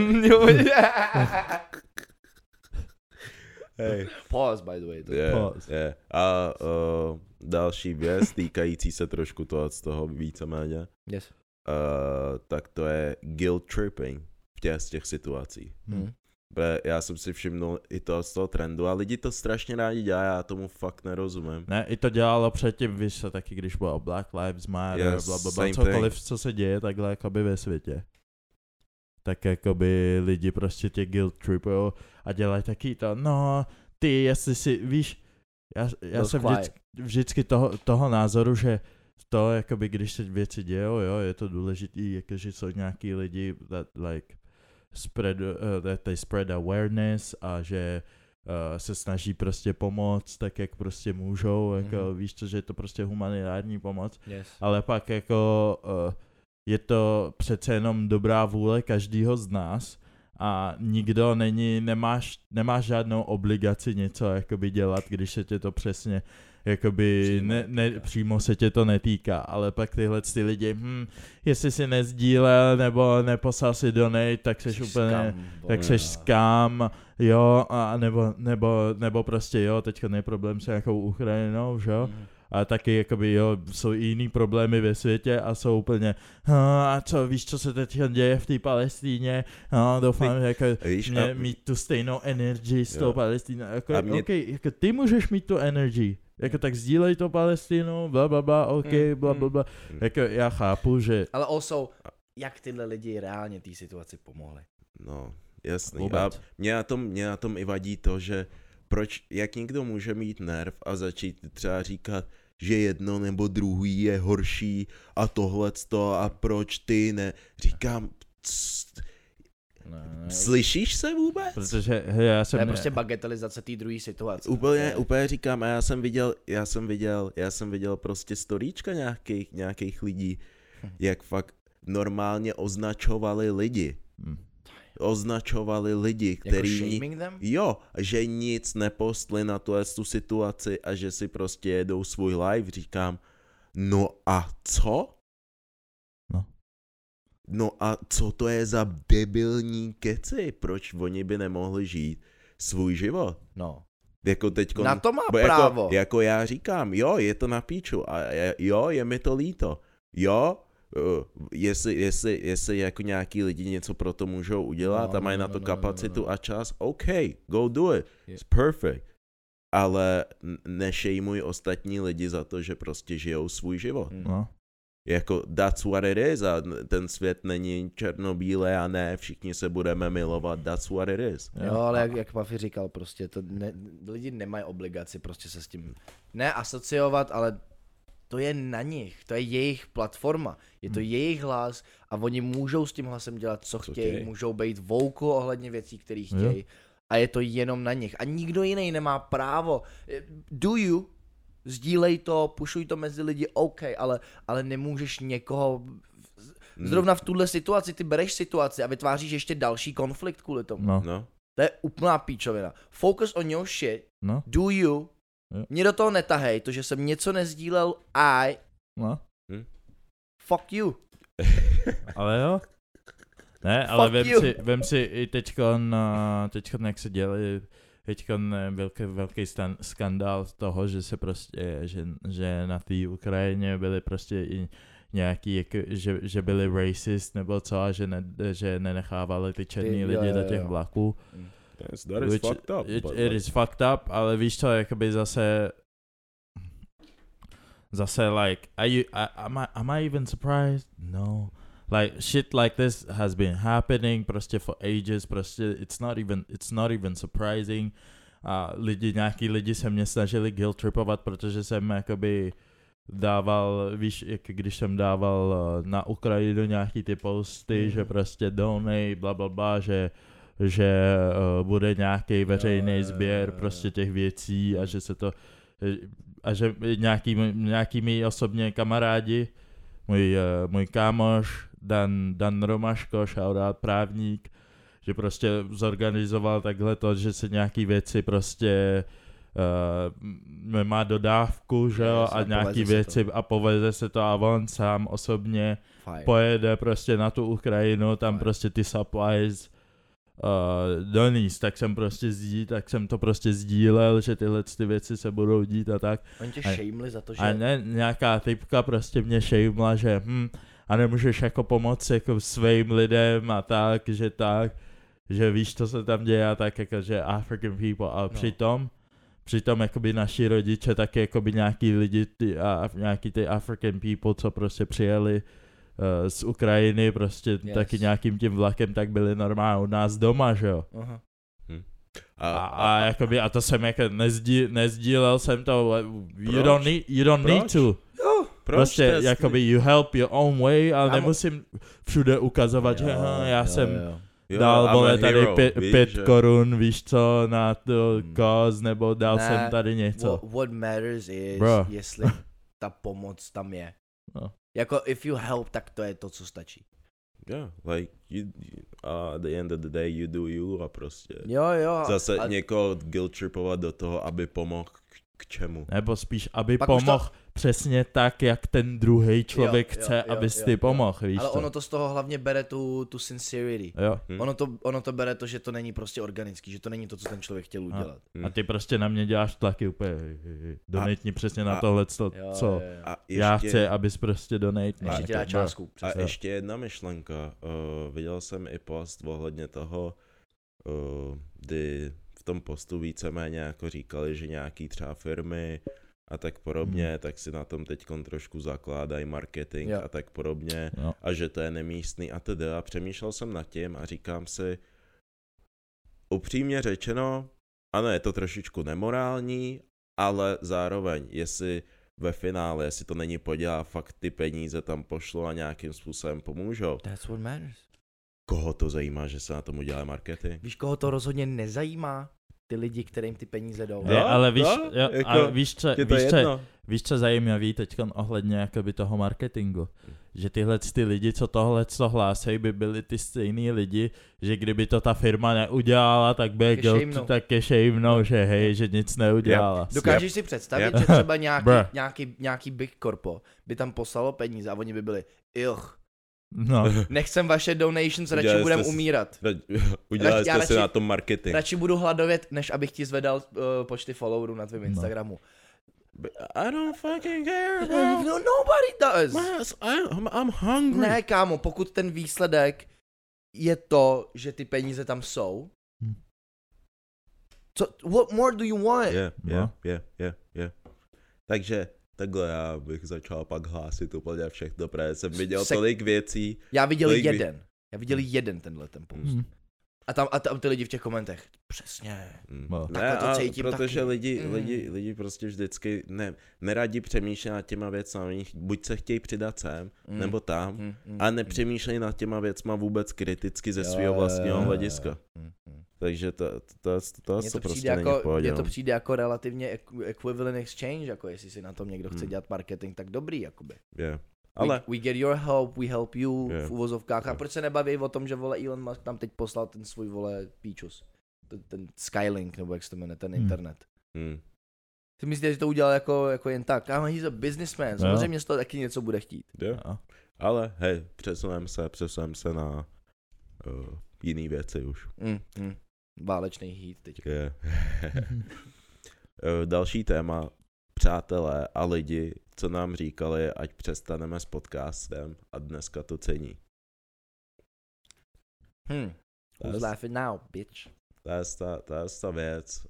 Hey. Pause, by the way. Pause. Yeah. A další věc týkající se trošku toho z toho víceméně, Yes. tak to je guilt tripping z těch situací. Já jsem si všimnul i to z toho trendu a lidi to strašně rádi dělají, já tomu fakt nerozumím. Ne, i to dělalo předtím, víš se taky, když bylo Black Lives Matter, Yes, blablabla, cokoliv, co se děje takhle jakoby ve světě. Tak jakoby lidi prostě tě guilt tripujou a dělají taky to, no, ty, jestli si, víš, já jsem vždycky toho názoru, že to, jakoby, když se věci dějou, jo, je to důležitý, jakože jsou nějaký lidi that like that they spread awareness a že se snaží prostě pomoct tak, jak prostě můžou, jako víš co, že je to prostě humanitární pomoc, Yes. ale pak jako je to přece jenom dobrá vůle každýho z nás a nikdo nemáš žádnou obligaci něco jakoby dělat, když se tě to přesně jakoby přímo se tě to netýká, ale pak tyhle ty lidi, jestli si nezdílel nebo neposlal si donate, tak seš úplně, tak seš scam, jo, a nebo prostě jo, teďka neproblém s nějakou Ukrajinou, že jo, a taky jakoby jo, jsou i jiný problémy ve světě a jsou úplně, a co, víš, co se teď děje v té Palestíně, doufám, jako mít tu stejnou energii s tou Palestínou, jako, jako ty můžeš mít tu energii, jako tak sdílej to Palestínu, blablabla, blablabla, jako já chápu, že... Ale also, jak tyhle lidi reálně té situaci pomohli? No, jasný. A mě na tom i vadí to, že jak někdo může mít nerv a začít třeba říkat, že jedno nebo druhý je horší a tohleto a proč ty ne. Říkám, slyšíš se vůbec? Protože to je prostě bagatelizace té druhé situace. Úplně říkám, a já jsem viděl prostě storíčka nějakých lidí, jak fakt normálně označovali lidi. Označovali lidi, kteří že nic nepostli na tu situaci a že si prostě jedou svůj live, říkám, no a co? No a co to je za debilní keci? Proč oni by nemohli žít svůj život? No. Jako teďko, na to má právo. Jako já říkám, jo, je to na píču a jo, je mi to líto. Jo, jestli jako nějaký lidi něco pro to můžou udělat a mají na to kapacitu a čas, OK, go do it, it's perfect. Ale nešejmuj ostatní lidi za to, že prostě žijou svůj život. Jako that's what it is a ten svět není černobílé a ne, všichni se budeme milovat, that's what it is. Jo, ale jak Puffy říkal, prostě lidi nemají obligaci prostě se s tím neasociovat, ale to je na nich, to je jejich platforma, je to jejich hlas a oni můžou s tím hlasem dělat, co chtějí, můžou být vocal ohledně věcí, které chtějí a je to jenom na nich a nikdo jiný nemá právo. Do you, sdílej to, pushuj to mezi lidi, OK, ale nemůžeš někoho, zrovna v tuhle situaci, ty bereš situaci a vytváříš ještě další konflikt kvůli tomu. No. To je úplná píčovina. Focus on your shit, do you, mě do toho netahej, to, že jsem něco nezdílel, fuck you. Ale jo. Ne, ale vem si i teďkon, jak se děli, teďkon velký skandál toho, že se prostě, že na té Ukrajině byli prostě i nějaký, jako, že byli racist nebo co, a že nenechávali ty černí lidi do těch vlaků. That is fucked up. It is fucked up, ale víš co, jakoby zase like, am I even surprised? No. Like, shit like this has been happening prostě for ages, prostě it's not even surprising. A nějaký lidi se mě snažili guilt tripovat, protože jsem jakoby dával, víš, jak když jsem dával na Ukrajinu nějaký ty posty, že prostě donate, blablabla, že bude nějaký veřejný sběr prostě těch věcí a že se to, a že nějaký mý osobně kamarádi, můj kámoš Dan Romaško, shoutout právník, že prostě zorganizoval takhle to, že se nějaký věci prostě má dodávku, že jo, a nějaký věci to. a poveze se to a on sám osobně pojede prostě na tu Ukrajinu, tam prostě ty supplies doníst, tak jsem to prostě sdílel, že tyhle ty věci se budou dít a tak. Oni tě shameli za to, že... A ne, nějaká typka prostě mě shamela, že a nemůžeš jako pomoct jako svým lidem a tak, že víš, co se tam děje a tak, jako že African people, ale přitom jakoby naši rodiče taky jakoby nějaký lidi, nějaký ty African people, co prostě přijeli z Ukrajiny, prostě taky nějakým tím vlakem, tak byli normálně u nás doma, že jo. Aha. A jakoby, a to jsem jako nezdílel jsem to, you don't need to. Jo, prostě jakoby you help your own way, ale nemusím všude ukazovat, že já jsem dal vole tady 5 korun, víš co, na to cause, nebo dal jsem tady něco. What matters is, jestli ta pomoc tam je. No. Jako if you help, tak to je to, co stačí. Yeah, like at the end of the day you do you a prostě. Jo. Zase někoho guilt tripovat do toho, aby pomohl k čemu. Nebo spíš, aby pomohl přesně tak, jak ten druhý člověk chce, abys ty pomohl, víš. Ale ono to z toho hlavně bere tu sincerity. Jo. Ono to bere to, že to není prostě organický, že to není to, co ten člověk chtěl udělat. A ty prostě na mě děláš tlaky úplně, donate přesně na tohle, co já chci, abys prostě donate. Ještě ti dá částku. A ještě jedna myšlenka, viděl jsem i post ohledně toho, kdy v tom postu víceméně jako říkali, že nějaký třeba firmy a tak podobně, tak si na tom teďkon trošku zakládají marketing a tak podobně a že to je nemístný a tedy. A přemýšlel jsem nad tím a říkám si, upřímně řečeno, ano, je to trošičku nemorální, ale zároveň, jestli ve finále, jestli to není podělá, fakt ty peníze tam pošlo a nějakým způsobem pomůžou. That's what matters. Koho to zajímá, že se na tom udělá marketing? Víš, koho to rozhodně nezajímá? Ty lidi, kterým ty peníze jdou. Ale víš, co zajímavý teďkon ohledně jakoby toho marketingu? Že tyhle ty lidi, co tohle hlásej, by byli ty stejný lidi, že kdyby to ta firma neudělala, tak by je shamenou, že hej, že nic neudělala. Dokážeš si představit, že třeba nějaký big corpo by tam poslalo peníze a oni by byli No. Nechcem vaše donations, radši budem umírat. Udělali jste si na tom marketing. Radši budu hladovět, než abych ti zvedal počty followerů na tvém Instagramu. I don't fucking care, bro. No, nobody does. I'm hungry. Ne, kámo, pokud ten výsledek je to, že ty peníze tam jsou, what more do you want? Yeah. Takže takhle já bych začal pak hlásit úplně všechno, protože jsem viděl tolik věcí. Já viděl jeden tenhle ten post. A tam ty lidi v těch komentech, přesně. Ne, to cítím protože lidi prostě vždycky neradi přemýšlí nad těma věcmi, buď se chtějí přidat sem, nebo tam, a nepřemýšlejí nad těma věcma vůbec kriticky ze svého vlastního hlediska. Takže to prostě není v pohodě. Mně to přijde jako relativně equivalent exchange, jako jestli si na tom někdo chce dělat marketing, tak dobrý, jakoby. Yeah. Ale we get your help, we help you, v uvozovkách. A proč se nebaví o tom, že vole Elon Musk tam teď poslal ten svůj vole píčus, ten Skylink, nebo jak se to jmenuje, ten internet. Ty myslíš, že to udělal jako jen tak? Ale he's a businessman, samozřejmě z toho taky něco bude chtít. Ale hej, přesuneme se na jiný věci už. Válečný heat teď. Další téma, přátelé a lidi, co nám říkali, ať přestaneme s podcastem a dneska to cení. Who's laughing now, bitch? To je ta věc.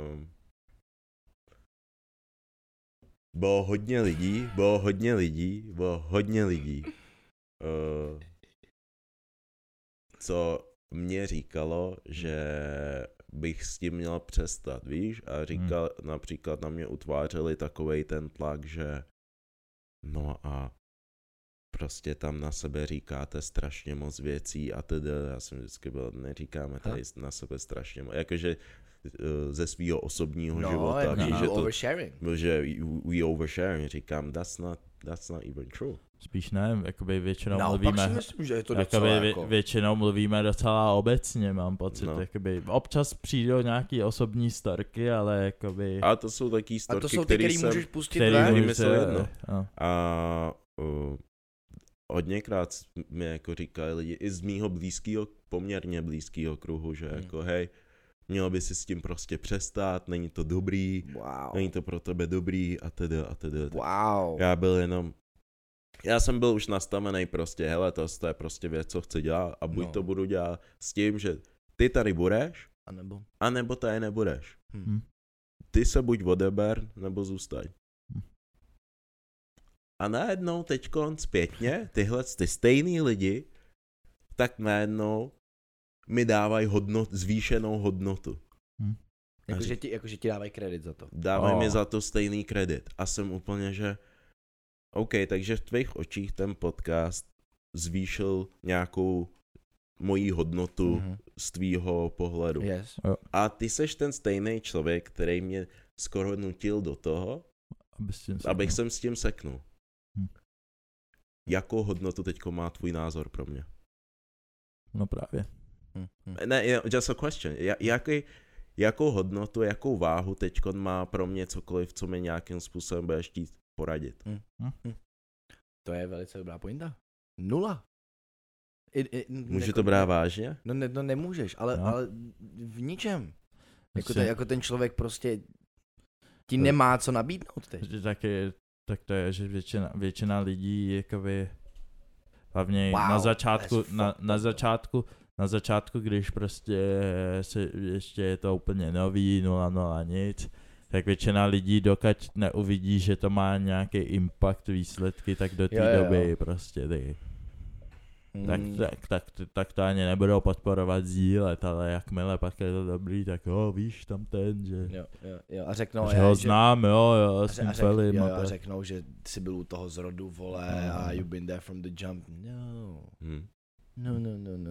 Bylo hodně lidí, co mě říkalo, že bych s tím měl přestat, víš? A říkal, například na mě utvářeli takovej ten tlak, že no a prostě tam na sebe říkáte strašně moc věcí a tedy, já jsem vždycky byl, neříkáme tady na sebe strašně moc, jakože ze svého osobního života, že we oversharing, říkám, that's not even true. Spíš ne, jakoby většinou mluvíme, pak si myslím, že je to docela jako... většinou mluvíme docela obecně, mám pocit, jakoby, občas přijdou nějaký osobní storky, ale jakoby... A to jsou taky storky, a to jsou ty, který můžeš pustit ven. A hodněkrát mi jako říkají lidi i z mýho poměrně blízkého kruhu, že jako hej, měl by si s tím prostě přestat, není to dobrý, není to pro tebe dobrý a tedy. Wow. Já jsem byl už nastavený prostě, hele, to je prostě věc, co chci dělat a buď to budu dělat s tím, že ty tady budeš, anebo tady nebudeš. Ty se buď odeber, nebo zůstaň. A najednou teďkon zpětně ty stejný lidi, tak najednou mi dávají zvýšenou hodnotu. Jakože ti dávají kredit za to. Dávají mi za to stejný kredit. A jsem úplně, že OK, takže v tvých očích ten podcast zvýšil nějakou moji hodnotu z tvýho pohledu. Yes. A ty seš ten stejný člověk, který mě skoro nutil do toho, abych jsem s tím seknul. Jakou hodnotu teďko má tvůj názor pro mě? No právě. Ne, just a question. Jakou hodnotu, jakou váhu teďko má pro mě cokoliv, co mi nějakým způsobem budeš chtít poradit? To je velice dobrá pointa. 0. Může to brát vážně? No nemůžeš, ale v ničem. Jako ten člověk prostě ti nemá co nabídnout teď. Tak to je, že většina lidí jakoby hlavně na začátku, když prostě ještě je to úplně nový, 0 nic, tak většina lidí, dokud neuvidí, že to má nějaký impact, výsledky, tak do té doby prostě tak to ani nebudou podporovat sdílet, ale jakmile pak je to dobrý, tak víš tam ten, že... Jo, a řeknou... Že ho znám, s tím celým. A řeknou, že jsi byl u toho zrodu, vole, a you've been there from the jump. No.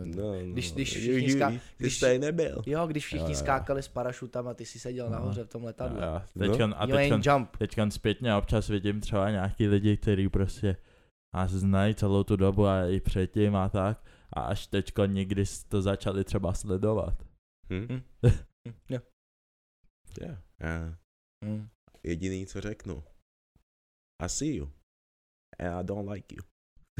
Když jsi nebyl. Jo, když všichni skákali s parašutama, ty si seděl nahoře v tom letadle. Teďkon zpětně občas vidím třeba nějaký lidi, kteří prostě nás znají celou tu dobu a i předtím a tak. A až teďko někdy to začali třeba sledovat. Jediný, co řeknu. I see you. And I don't like you.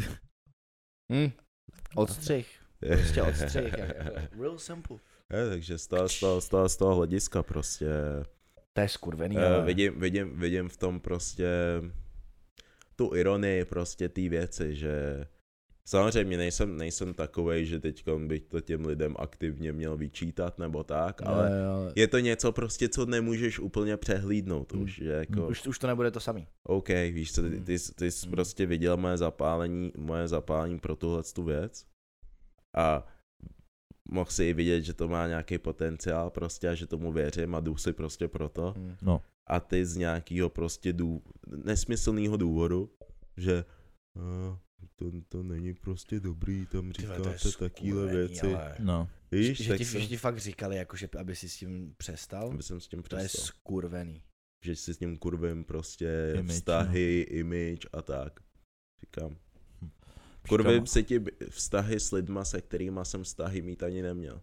Odstřih. Prostě odstřih. Real simple. Takže z toho hlediska prostě... To je skurvený. Vidím v tom prostě tu ironii prostě té věci, že samozřejmě nejsem takovej, že teďka bych to těm lidem aktivně měl vyčítat nebo tak, ale je to něco prostě, co nemůžeš úplně přehlídnout už, že jako... Už to nebude to samý. OK, víš co, ty jsi prostě viděl moje zapálení pro tuhletu věc a mohl si i vidět, že to má nějaký potenciál prostě a že tomu věřím a jdu si prostě proto. No. A ty z nějakého prostě nesmyslného důvodu, že to není prostě dobrý, tam říkáte takové věci. No. Víš, že ti fakt říkali, jakože, aby si s tím přestal? Aby jsem s tím přestal. To je skurvený. Že si s ním kurvím prostě vztahy, image a tak. Říkám. Kurvím si ti vztahy s lidma, se kterýma jsem vztahy mít ani neměl.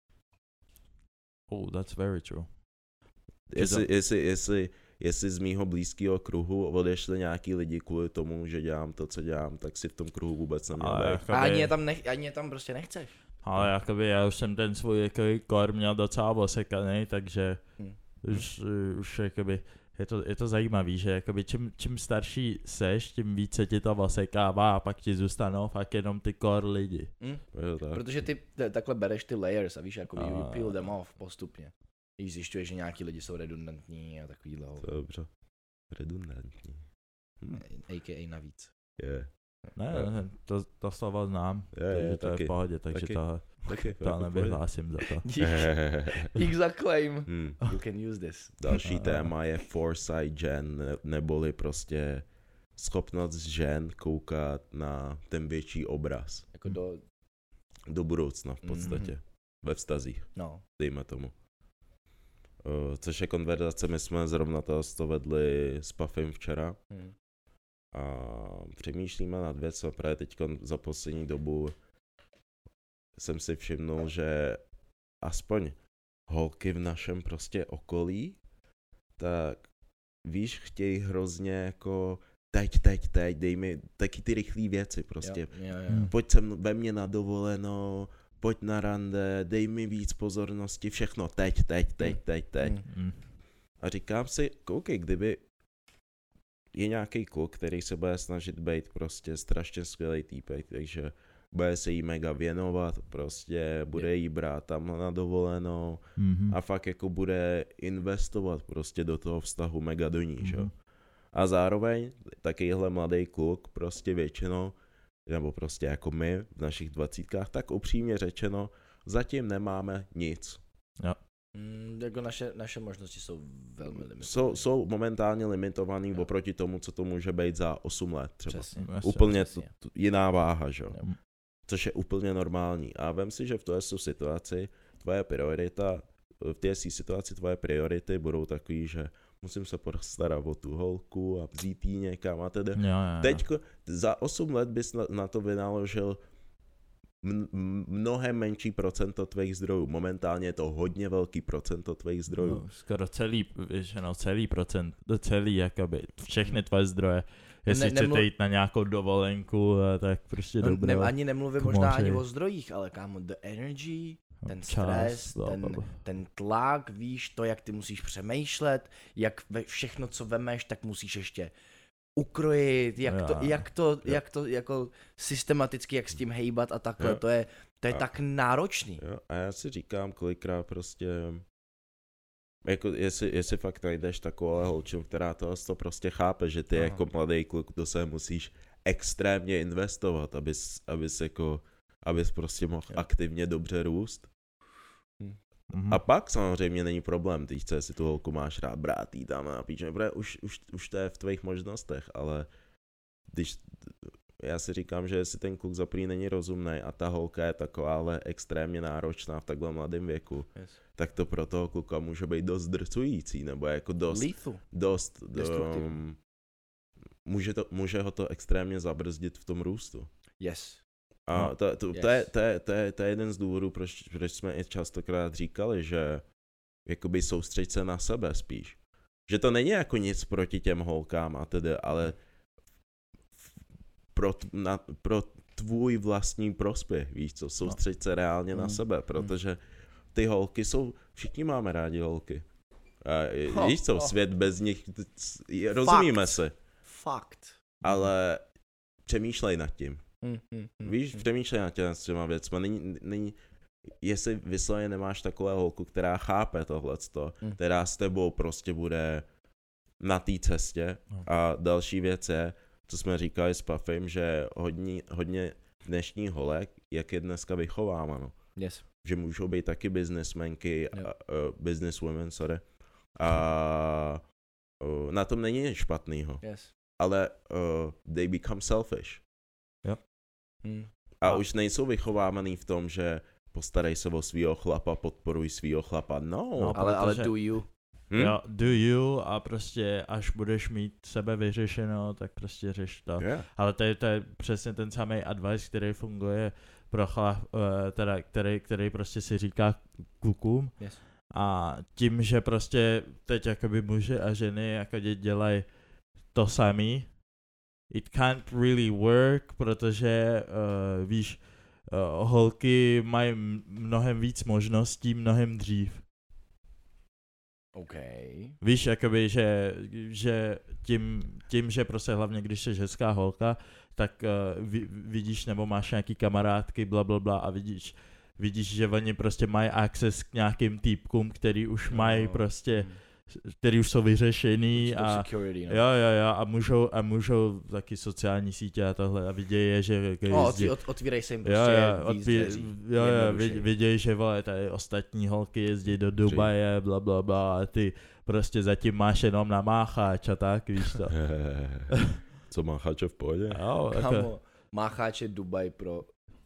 Oh, that's very true. Jestli z mýho blízkého kruhu odešli nějaký lidi kvůli tomu, že dělám to, co dělám, tak si v tom kruhu vůbec neměl být. Ani je tam prostě nechceš. Ale jakoby já už jsem ten svůj core měl docela osekaný, takže už jakoby je to zajímavý, že jakoby čím starší seš, tím více ti to osekává a pak ti zůstanou fakt jenom ty core lidi. Protože ty takhle bereš ty layers a víš, jako you peel them off postupně. Když zjišťuješ, že nějaký lidi jsou redundantní a takovýhle. Dobře. Redundantní. A.k.a. navíc. Yeah. Ne, to slovo znám, takže to je v pohodě, takže to nevyhlásím za to. Dík za claim. You can use this. Další téma je Foresight Gen, neboli prostě schopnost žen koukat na ten větší obraz. Jako do budoucna v podstatě. Ve vztazích. No. Dejme tomu. Což je konverzace, my jsme zrovna to vedli s Puffym včera. A přemýšlíme nad věcmi, právě teď za poslední dobu jsem si všimnul, že aspoň holky v našem prostě okolí, tak víš, chtějí hrozně jako teď, dej mi taky ty rychlé věci prostě. Jo. Pojď ve mně na dovolenou, pojď na rande, dej mi víc pozornosti, všechno teď. A říkám si, koukej, kdyby je nějaký kluk, který se bude snažit být prostě strašně skvělý týpek, takže bude se jí mega věnovat, prostě bude jí brát tam na dovolenou a fakt jako bude investovat prostě do toho vztahu mega do ní, že? A zároveň takovýhle mladý kluk prostě většinou, nebo prostě jako my v našich 20kách, tak upřímně řečeno, zatím nemáme nic. Jo. Jako naše možnosti jsou velmi limitované. Jsou momentálně limitovaný oproti tomu, co to může být za 8 let třeba. Přesně. Úplně jiná váha, že? Což je úplně normální. A vem si, že v této situaci tvoje priority budou takový, že musím se postarat o tu holku a vzít jí někam a tedy. Teďko za 8 let bys na to vynaložil mnohem menší procento tvých zdrojů. Momentálně je to hodně velký procento tvých zdrojů. No, skoro celý jakoby, všechny tvoje zdroje. Jestli chcete jít na nějakou dovolenku, tak prostě dobré. Ani nemluvím možná ani o zdrojích, ale kámo, the energy, ten stres, ten tlak, víš to, jak ty musíš přemýšlet, jak všechno, co vemeš, tak musíš ještě ukrojit, jak to jako systematicky, jak s tím hejbat a takhle, to je tak náročný. Jo, a já si říkám kolikrát prostě, jako jestli fakt najdeš takovou holčinu, která to prostě chápe, že ty jako mladý kluk do se musíš extrémně investovat, abys prostě mohl aktivně dobře růst. A pak samozřejmě není problém, ty chce, jestli tu holku máš rád, brát jí tam a píč, už to je v tvých možnostech, ale když já si říkám, že jestli ten kluk za první není rozumnej a ta holka je taková ale extrémně náročná v takhle mladém věku, tak to pro toho kluka může být dost drcující, nebo jako dost může ho to extrémně zabrzdit v tom růstu. Yes. A to je jeden z důvodů, proč jsme i častokrát říkali, že jakoby soustřeď se na sebe spíš. Že to není jako nic proti těm holkám a tedy, ale pro tvůj vlastní prospěch, víš co, soustřeď se reálně na sebe, protože ty holky všichni máme rádi holky. A víš co, svět bez nich, rozumíme se. Fakt. Ale přemýšlej nad tím. Víš, přemýšlej nad těma věcma. Není, jestli vysloveně nemáš takovou holku, která chápe tohleto, která s tebou prostě bude na té cestě. A další věc je, co jsme říkali s Puffym, že hodně dnešních holek, jak je dneska vychováváno. Yes. Že můžou být taky businessmenky, businesswomen, sorry. A na tom není nic špatného. Yes. Ale they become selfish. A už nejsou vychovávaný v tom, že postarej se o svýho chlapa, podporuj svýho chlapa. No ale do you. Jo, do you a prostě až budeš mít sebe vyřešeno, tak prostě řeš to. Yeah. Ale to je přesně ten samý advice, který funguje pro který prostě si říká klukům. Yes. A tím, že prostě teď jakoby muži a ženy jako dělají to samý, it can't really work, protože víš, holky mají mnohem víc možností, mnohem dřív. Okay. Víš, jakoby, že tím, že prostě hlavně když jsi hezká holka, tak vidíš nebo máš nějaký kamarádky, blablabla a vidíš, že oni prostě mají access k nějakým týpkům, který už mají prostě, který už jsou vyřešený a security, no. jo a můžou taky sociální sítě a tohle a vidějí, že otvírej se jim prostě vidějí, že vole, tady ostatní holky jezdí do Dubaje, blablabla a ty prostě zatím máš jenom namácháč a tak, víš to. Co Mácháče v pohodě? Jo, jako, Kámo, Mácháče Dubaj pro...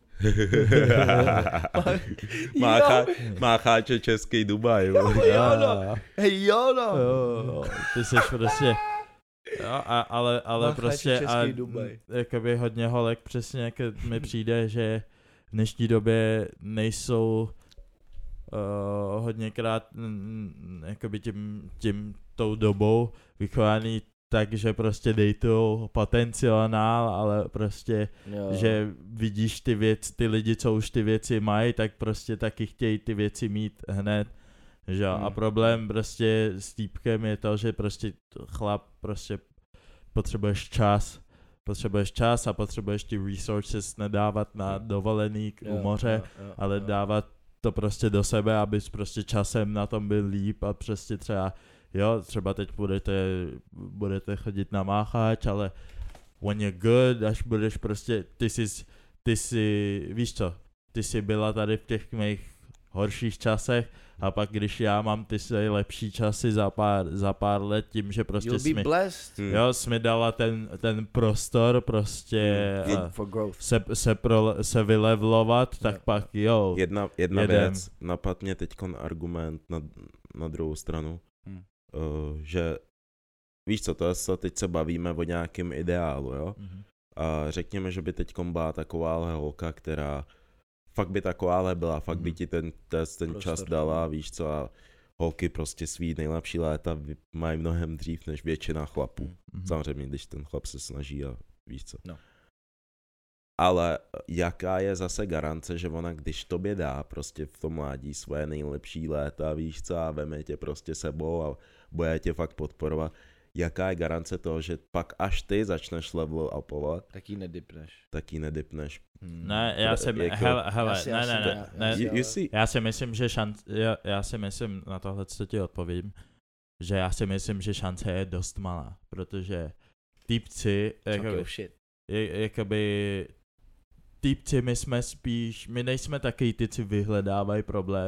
Mácháče český Dubaj. Jo, no. Hej, jo, no. jo, ty jsi prostě... Jo, ale Mácháče prostě český Dubaj. jakoby hodně holek přesně jak mi přijde, že v dnešní době nejsou hodněkrát jakoby tou dobou vychovaný tak, že prostě dejtujou potenciál, ale prostě, že vidíš ty lidi, co už ty věci mají, tak prostě taky chtějí ty věci mít hned. Že? A problém prostě s týpkem je to, že prostě chlap prostě potřebuješ čas a potřebuješ ty resources nedávat na dovolený u moře, ale dávat to prostě do sebe, abys prostě časem na tom byl líp a prostě třeba teď budete chodit na Mácháč, ale when you're good, až budeš prostě, ty jsi, víš co, ty jsi byla tady v těch mých horších časech a pak když já mám ty své lepší časy za pár let tím, že prostě jsi mi dala ten prostor prostě se vylevlovat, tak pak jo. Jedna věc, napad mě teďkon argument na druhou stranu, že víš co, teď se bavíme o nějakém ideálu, jo? A řekněme, že by teďkon byla takováhle holka, která fakt by takováhle byla, fakt by ti ten čas dala, víš co, a holky prostě svý nejlepší léta mají mnohem dřív než většina chlapů. Samozřejmě, když ten chlap se snaží a víš co. No. Ale jaká je zase garance, že ona, když tobě dá prostě v tom mládí svoje nejlepší léta, víš co, a veme tě prostě sebou a bude tě fakt podporovat, jaká je garance toho, že pak až ty začneš level upovat, taky nedipneš. Ne, já si myslím, že já si myslím, na tohle co ti odpovím, že já si myslím, že šance je dost malá, protože týpci, jakoby týpci, my nejsme taky ty, co vyhledávají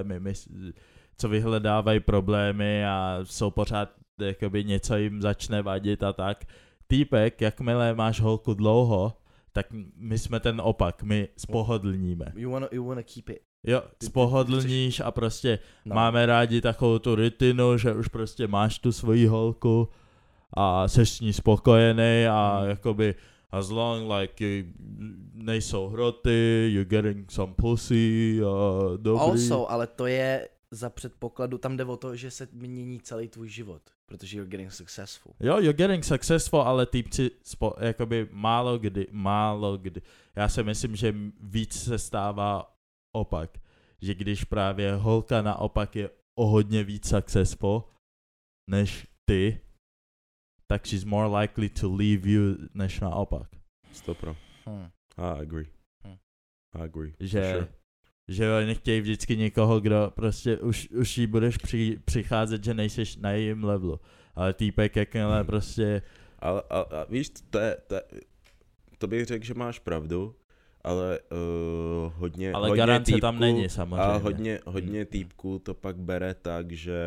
problémy, a jsou pořád, jakoby něco jim začne vadit a tak. Týpek, jakmile máš holku dlouho, tak my jsme ten opak, my spohodlníme. You wanna keep it. Jo, spohodlníš a prostě máme rádi takovou tu rutinu, že už prostě máš tu svoji holku a seš s ní spokojený a jakoby as long like nejsou hroty, you're getting some pussy, dobrý. Also, ale to je za předpokladu, tam jde o to, že se mění celý tvůj život, protože you're getting successful. Jo, you're getting successful, ale týpci jakoby málo kdy. Já si myslím, že víc se stává opak. Že když právě holka naopak je o hodně víc successful než ty, tak she's more likely to leave you než naopak. 100%. I agree. Že nechtějí vždycky někoho, kdo prostě už jí budeš přicházet, že nejseš na jejím levelu. Ale týpek jakmile prostě... Ale víš, to bych řekl, že máš pravdu, ale hodně garance týpků, tam není samozřejmě. A hodně týpků to pak bere tak, že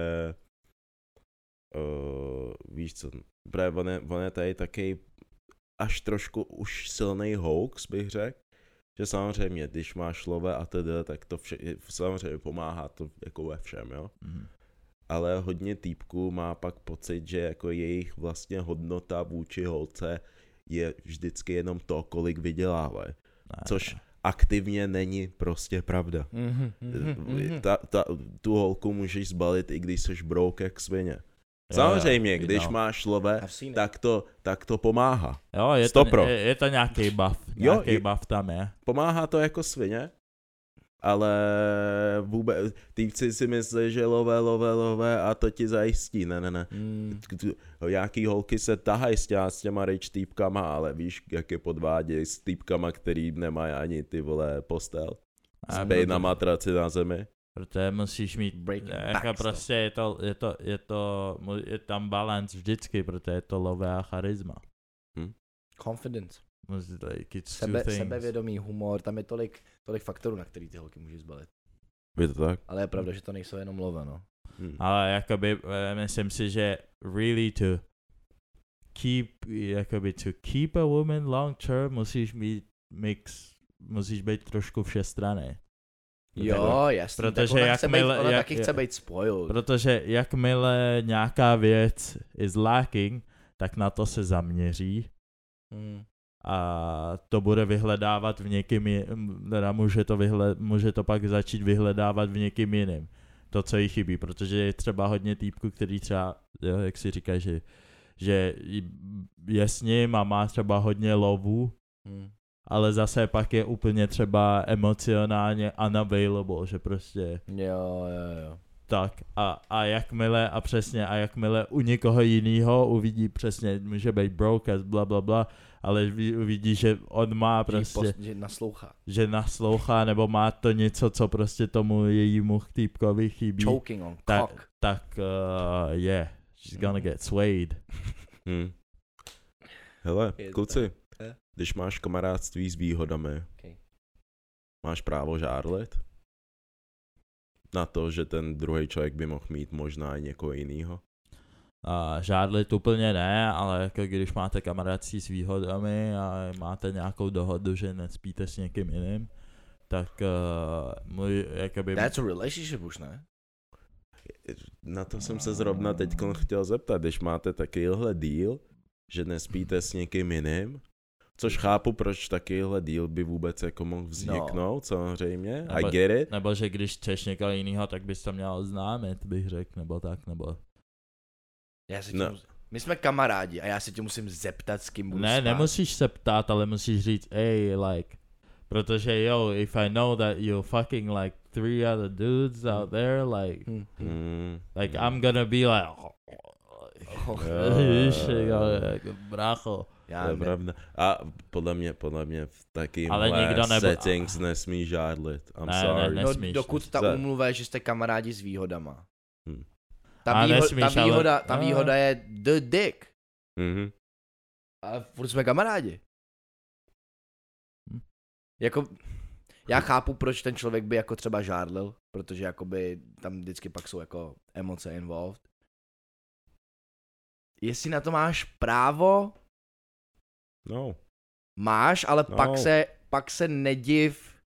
víš co, on je tady taky až trošku už silnej hoax, bych řekl. Že samozřejmě, když máš love a tedy, tak to samozřejmě pomáhá to jako ve všem, jo. Ale hodně týpků má pak pocit, že jako jejich vlastně hodnota vůči holce je vždycky jenom to, kolik vydělávají. Což aktivně není prostě pravda. Tu holku můžeš zbalit, i když jsi broke jak svině. Samozřejmě, když máš love, tak to pomáhá. Jo, je to nějaký buff. Buff tam je. Pomáhá to jako svině, ale vůbec, týpci si myslí, že love a to ti zajistí. Ne. Jaký holky se tahají s těma rich týpkama, ale víš, jak je podvádějí s týpkama, který nemají ani ty vole postel. Spej na matraci na zemi. Protože musíš mít, jako prostě je tam balance vždycky, protože je to love a charisma. Confidence. Like sebevědomí, humor, tam je tolik faktorů, na který ty holky můžeš zbalit. Je to tak? Ale je pravda, že to nejsou jenom love, no. Ale jakoby myslím si, že really to keep a woman long term musíš být trošku všestranný. Jo, jasně, protože ona taky chce být spoiled. Protože jakmile nějaká věc is lacking, tak na to se zaměří a to bude vyhledávat v někým, teda může to pak začít vyhledávat v někým jiným. To, co jí chybí, protože je třeba hodně týpků, který třeba, jo, jak si říká, že je s ním a má třeba hodně lovu, ale zase pak je úplně třeba emocionálně unavailable, že prostě... Jo. Tak a jakmile u někoho jiného uvidí přesně, může být broke as bla bla bla, ale uvidí, že on má prostě... Že naslouchá, nebo má to něco, co prostě tomu jejímu týpkovi chybí. Choking on cock. Tak yeah, she's gonna get swayed. Hele, kluci, když máš kamarádství s výhodami, máš právo žárlit? Na to, že ten druhý člověk by mohl mít možná i někoho jinýho? Žádlit úplně ne, ale jako když máte kamarádství s výhodami a máte nějakou dohodu, že nespíte s někým jiným, tak jakoby... That's a relationship už, ne? Na to jsem se zrovna teď chtěl zeptat, když máte takovýhle deal, že nespíte s někým jiným, což chápu, proč takovýhle deal by vůbec jako mohl vzniknout, samozřejmě, I get it. Nebo že když chceš někoho jinýho, tak bys to měl oznámit, bych řekl, nebo tak, nebo... My jsme kamarádi a já se tě musím zeptat, s kým budu spát. Nemusíš se ptát, ale musíš říct, hey, like, protože jo, if I know that you're fucking like 3 other dudes out there, like, I'm gonna be like, brácho. To je pravda. A podle mě v takýmhle settings nesmí žádlit. I'm sorry. No, dokud ta úmluva je, že jste kamarádi s výhodama. Ta výhoda je the dick. A furt jsme kamarádi. Jako, já chápu, proč ten člověk by jako třeba žádlil, protože jakoby tam vždycky pak jsou jako emoce involved. Jestli na to máš právo? No. Máš, ale pak se nediv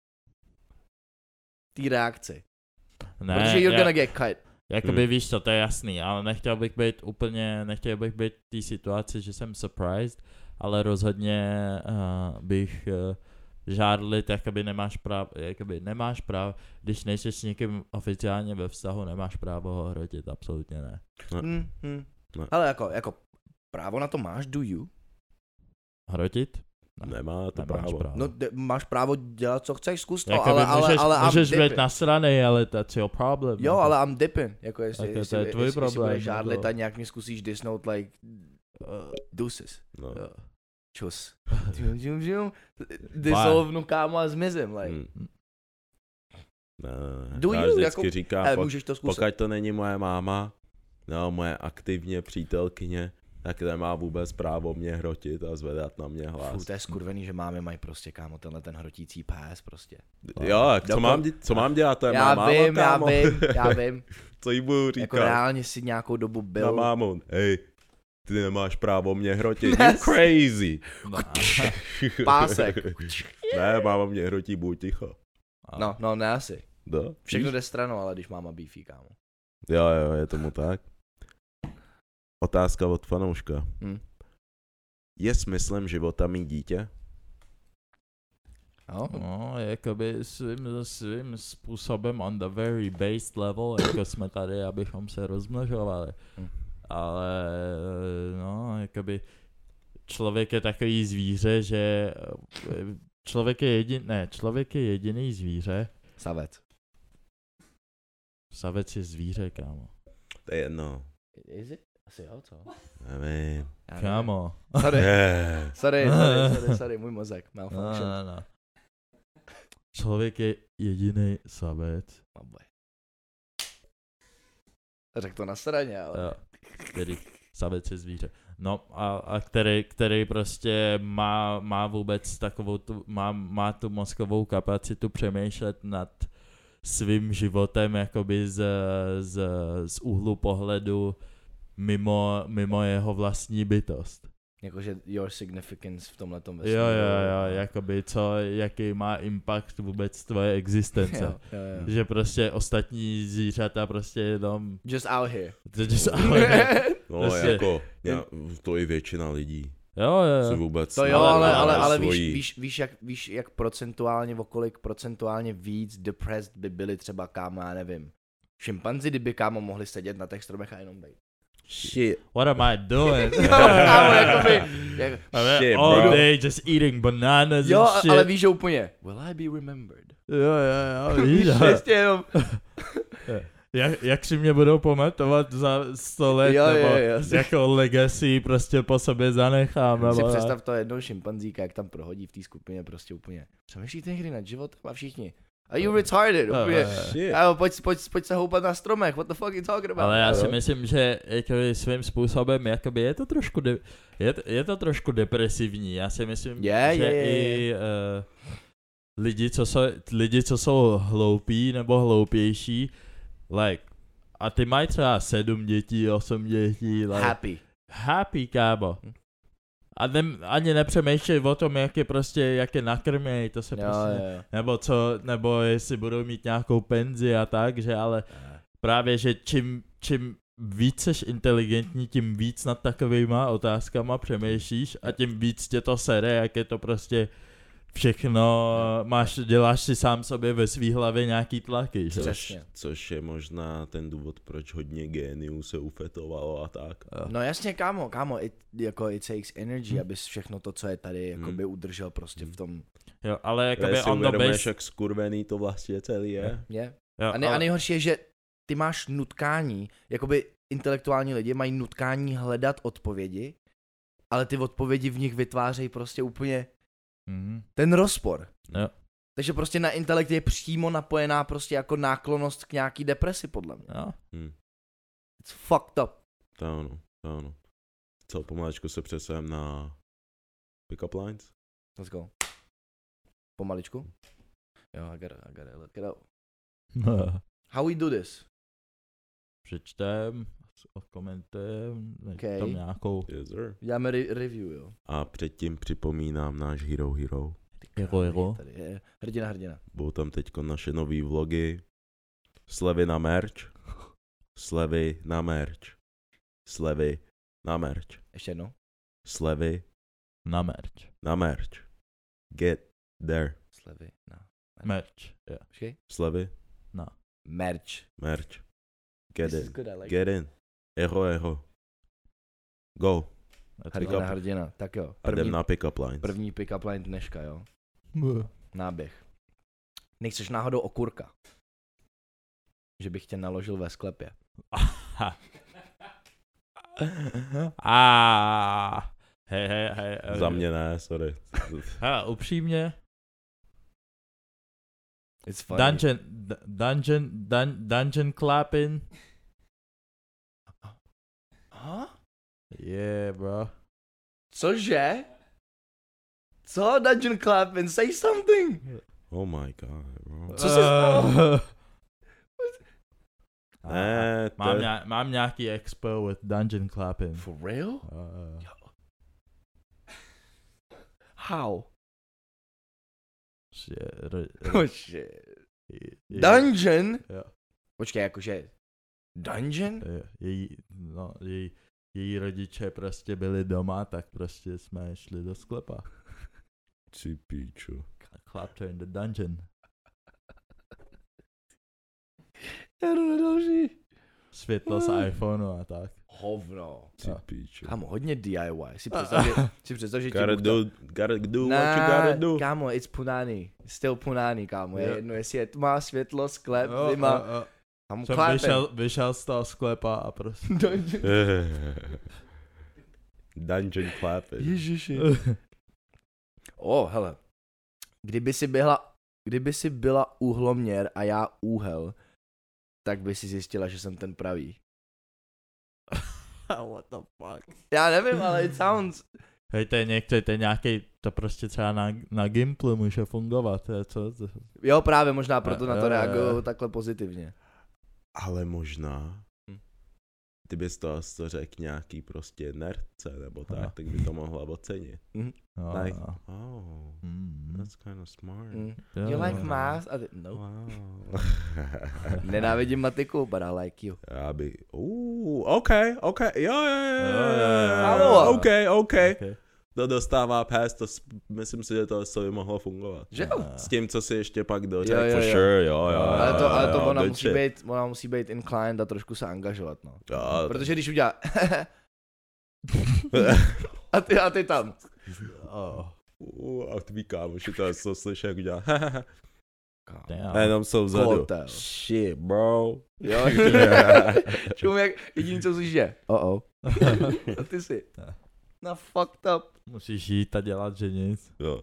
té reakci. Ne, protože you're gonna get cut. Jakoby víš co, to je jasný, ale nechtěl bych být v té situaci, že jsem surprised, ale rozhodně bych žádlit, jakoby nemáš právo, když nejsi s někým oficiálně ve vztahu, nemáš právo ho hrotit, absolutně ne. Ale jako právo na to máš, do you? Hrotit? Nemá to právo. No, máš právo dělat, co chceš, zkus to, jakoby ale můžeš být nasranej, ale that's your problem. Jo, ale I'm dipping. Jako jestli to je tvůj problém. Jestli budeš žádlit a nějak mě zkusíš disnout, like, deuces. No. Čus. Dissolvnu, kámo, a zmizím, like. Ne. Do já you, vždycky jako, říkám, můžeš to zkusit. pokud to není moje máma, no, moje aktivně přítelkyně, tak nemá vůbec právo mě hrotit a zvedat na mě hlas. To je skurvený, že mámy mají prostě, kámo, tenhle ten hrotící pás prostě. Jo, co mám dělat, to je má máma, kámo. Já vím. Co jí budu říkat? Jako reálně si nějakou dobu byl. Na mámu, hej, ty nemáš právo mě hrotit, you're crazy. Pásek. Ne, máma mě hrotí, buď ticho. No, ne asi. Do? Všechno jde stranou, ale když máma beefy, kámo. Jo, je tomu tak. Otázka od fanouška. Je smyslem života mít dítě? No, jakoby svým způsobem on the very based level, jako jsme tady, abychom se rozmnožovali. Ale no, jakoby člověk je takový zvíře, že člověk je jediný zvíře. Savec. Savec je zvíře, kámo. To je jedno. Is it? Asi jo, co? Nevím. Kámo. Sorry, můj mozek. Malfunction. No. Člověk je jediný savec. Řekl to na straně, ale... Jo, který savec je zvíře. No a který prostě má vůbec takovou má tu mozkovou kapacitu přemýšlet nad svým životem jakoby z úhlu pohledu mimo jeho vlastní bytost. Jakože your significance v tomhletom Jo, vesmíru. jakoby jaký má impact vůbec tvoje existence. Jo. Že prostě ostatní zvířata prostě jenom... Just out here. No Prostě- jako, to i většina lidí. Jo. Se vůbec To jo, ale svojí... víš, jak procentuálně, okolik procentuálně víc depressed by byli třeba, kámo, já nevím. Šimpanzi, kdyby, kámo, mohli sedět na těch stromech a jenom bejt. Shit. What am I doing? Kámo, jakoby, Shit, all bro. day just eating bananas jo, and shit. ale víš, že úplně, will I be remembered? Jo, víš, Prostě jenom, jak si mě budou pamatovat za 100 let, Jo, nebo jo. jako legacy prostě po sobě zanechám. si Nebo představ to jednou šimpanzíka, jak tam prohodí v té skupině prostě úplně. Přemýšlíte hry nad životem a všichni. Are you retarded? Úplně. Shit. Kámo, pojď se houpat na stromech, what the fuck you talking about? Ale já si Jo. myslím, že jakoby svým způsobem jakoby je to trošku je to trošku depresivní. Já si myslím, že i lidi, co jsou hloupí nebo hloupější, like, a ty mají třeba 7 dětí, 8 dětí, like, happy, kámo. A ani nepřemýšlej o tom, jak je nakrměj, to se prostě, nebo jestli budou mít nějakou penzi a tak, že ale právě, že čím víc seš inteligentní, tím víc nad takovýma otázkama přemýšlíš a tím víc tě to sere, jak je to prostě všechno, děláš si sám sobě ve svý hlavě nějaký tlaky, že? Což je možná ten důvod, proč hodně géniů se ufetovalo a tak. No jasně, kámo, jako it takes energy, abys všechno to, co je tady, jakoby udržel prostě v tom. Jo, ale jakoby si on the uvědomuješ, base... jak skurvený to vlastně celý je. Jo, A nejhorší je, že ty máš nutkání, jakoby intelektuální lidi mají nutkání hledat odpovědi, ale ty odpovědi v nich vytvářejí prostě úplně ten rozpor. Jo. Takže prostě na intelekt je přímo napojená prostě jako náklonnost k nějaký depresi, podle mě. Jo. It's fucked up. To ano. Co, pomaličku se přesunem na pick-up lines? Let's go. Pomaličku. Jo, I got it, let's get out. How we do this? Přečtem, okomentujem, Okay. tam nějakou... Yes, sir. Děláme review, jo. A předtím připomínám náš Hero. Hero. Tady je hrdina. Budou tam teďko naše nový vlogy. Slevy na merch. Slevy na merch. Ještě jednou. Slevy Na merch. Get there. Slevy na... Merch, yeah. Počkej. Slevy. Merch. Get This is in. good, I like Get in. Eho. Go. Hrdina. Tak jo. A jdem na pick-up lines. První pick-up line dneška, jo. Náběh. Nechceš náhodou okurka? Že bych tě naložil ve sklepě. Hej. Za mě ne, sorry. Upřímně. It's funny. Dungeon clapping. Yeah, bro. Cože? Co? Dungeon clapping? Say something! Oh my god, bro. Co se stalo? Ne, Mám nějaký expo with dungeon clapping. For real? How? Oh shit. Dungeon? Jo. Počkej, jakože... Dungeon? Její rodiče prostě byli doma, tak prostě jsme šli do sklepa. Ty píču. Clapped her in the dungeon. Já jdu na další. Světlo z iPhoneu a tak. Hovno. Ty píču. Kámo, hodně DIY. Si představ, že Gotta do what you gotta do. Kámo, it's punani. Still punani, kámo. Je jedno, jestli je tma, světlo, sklep, zima. Kámo, Jsem vyšel z toho sklepa a prostě. Dungeon clapping. Ježiši. Hele. Kdyby si byla úhloměr a já úhel, tak by si zjistila, že jsem ten pravý. What the fuck? Já nevím, ale it sounds... Hej, to je nějaký, to prostě třeba na Gimplu může fungovat, co? Jo, právě možná proto na to reagují takhle pozitivně. Ale možná ty bys to řekl nějaký prostě nerdce, nebo tak by to mohla ocenit. Like, oh, that's kind of smart. You like math? No. Wow. Nenávidím matiku, but I like you. Já by, okay, jo. Okay. To dostává pass, to myslím si, že to by mohlo fungovat. Že jo? S tím, co si ještě pak dořekl, Jo. for sure, jo. Ale to ona musí být inclined a trošku se angažovat, no. Jo, protože když udělá a ty tam. A tvý kámoši to slyší, jak udělá Damn. a jenom jsou vzadu. Hotel. Shit, bro. Jo, čum jak jediný, co slyší je. A ty si na fucked up. Musíš jít a dělat, že nic. Jo.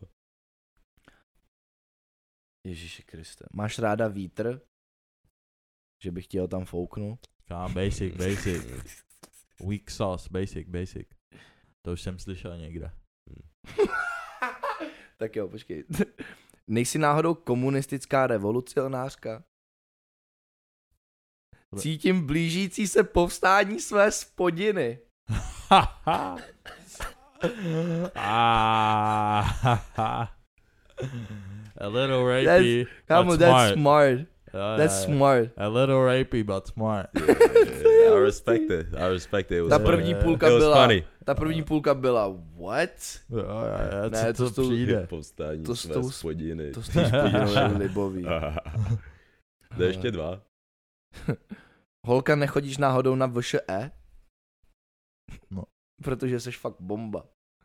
Ježíši Kriste. Máš ráda vítr? Že bych ti ho tam fouknul? Basic. Weak sauce, basic. To už jsem slyšel někde. Tak jo, počkej. Nejsi náhodou komunistická revolucionářka? Cítím blížící se povstání své spodiny. A little rapey, That's smart. That's smart. A little rapey, but smart. I respect it. Ta první půlka It was byla, funny. ta první půlka byla what? Ne, to přijde. Povstání to své s spodiny. To s tím spodinou je libový. To ještě 2. Holka, nechodíš náhodou na VŠE? No. Protože jsi fakt bomba.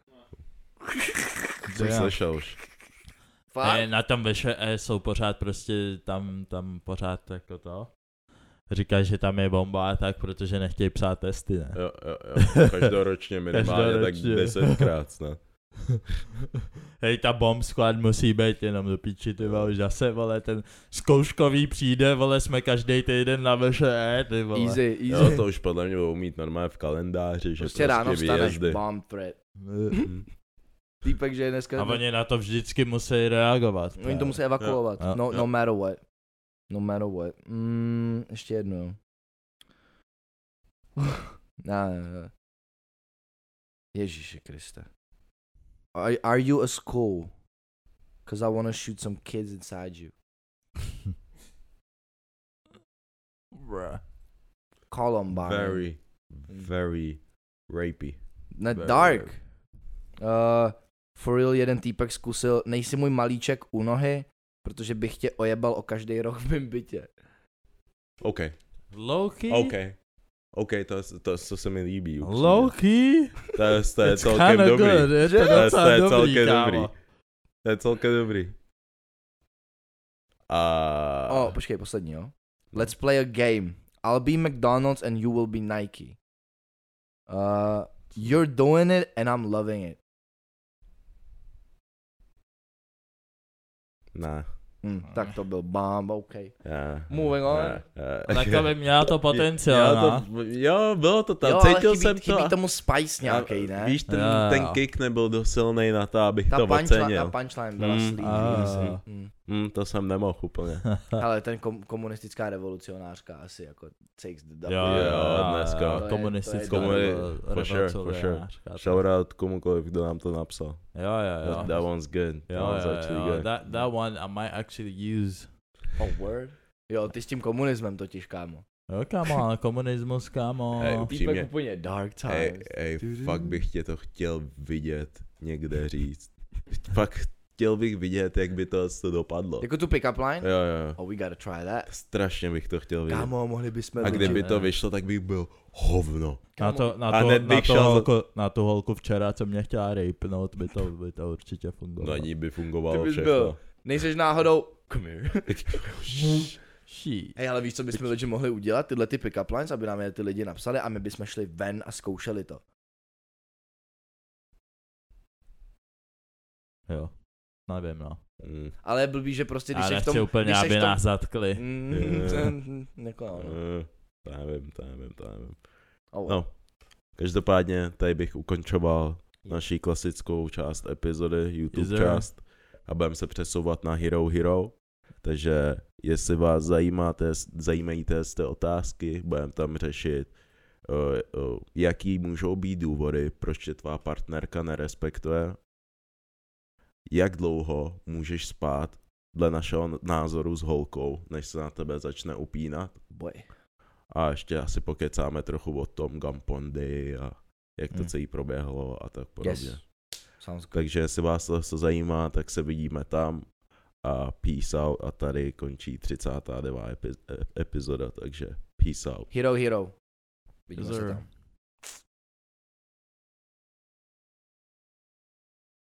Jsem slyšel už. Ne, na tom VŠE jsou pořád prostě tam pořád jako to. Říkáš, že tam je bomba a tak, protože nechtějí psát testy, ne? Jo. Každoročně minimálně tak 10krát snad. Hej, ta bomb squad musí být jenom do píči, ty vole, už zase, vole, ten zkouškový přijde, vole, jsme každý týden na VŠE, ty vole. Easy. Jo, to už podle mě budou mít normálně v kalendáři, že prostě ráno vstaneš, výjezdy. bomb threat. Týpek, že je dneska... A oni na to vždycky musí reagovat. Oni to musí evakuovat, Jo. no matter what. No matter what. Ještě jednou. Ne. Ježíši Kriste. Are you a school? Cause I wanna shoot some kids inside you. Bruh. Columbine. Very rapey. Ne, dark. For real, jeden týpek zkusil, nejsi můj malíček u nohy, protože bych tě ojebal o každý roh v mém bytě. OK, to se mi líbí. Low-key? To je celkem dobrý. To je celkem dobrý. To je celkem dobrý. Počkej, poslední, jo. Let's play a game. I'll be McDonald's and you will be Nike. You're doing it and I'm loving it. Ne. Tak to byl bomb, OK. Yeah. Moving on. Tak to by mělo to potenciál, Jo, bylo to tam, jo, cítil jsem to. Chybí tomu spice nějaký, ne? Víš, ten kick nebyl dost silnej na to, abych to ocenil. Ta punchline byla slíbí. To jsem nemohl úplně. Ale ten komunistická revolucionářka asi jako takes the double. Jo, dneska. Komunistická revolucionářka. Shoutout komukoliv, kdo nám to napsal. Jo. That one's good. Good. That one I might actually use. Oh, word? Jo, ty s tím komunismem totiž, kámo. Jo, kámo, komunismus, kámo. Týpek úplně dark times. Fakt bych tě to chtěl vidět někde říct. Fakt chtěl bych vidět, jak by to dopadlo. Jako tu pick-up line? Jo. Oh, we gotta try that. Strašně bych to chtěl vidět. Kámo, mohli bychom... A kdyby to vyšlo, tak bych byl hovno. Na tu holku včera, co mě chtěla rapenout, by to určitě fungovalo. Na ní by fungovalo všechno. Byl. Nejseš náhodou... Come here. Shit. Hej, ale víš, co bychom lidi mohli udělat? Tyhle ty pick-up lines, aby nám je ty lidi napsali a my bychom šli ven a zkoušeli to. Jo. Nevím, no. Ale je blbý, že prostě, když seš v tom... nechci úplně, aby nás zatkli. Nevím. Oh. No, každopádně tady bych ukončoval naší klasickou část epizody, YouTube část, a budeme se přesouvat na Hero. Takže jestli vás zajímají té otázky, budeme tam řešit jaký můžou být důvody, proč tě tvá partnerka nerespektuje, jak dlouho můžeš spát dle našeho názoru s holkou, než se na tebe začne upínat. Boy. A ještě asi pokecáme trochu o tom Gampondy a jak to celý proběhlo a tak podobně. Yes. Takže jestli vás to zajímá, tak se vidíme tam a peace out a tady končí 39. epizoda, takže peace out. Hero. Vidíme se tam.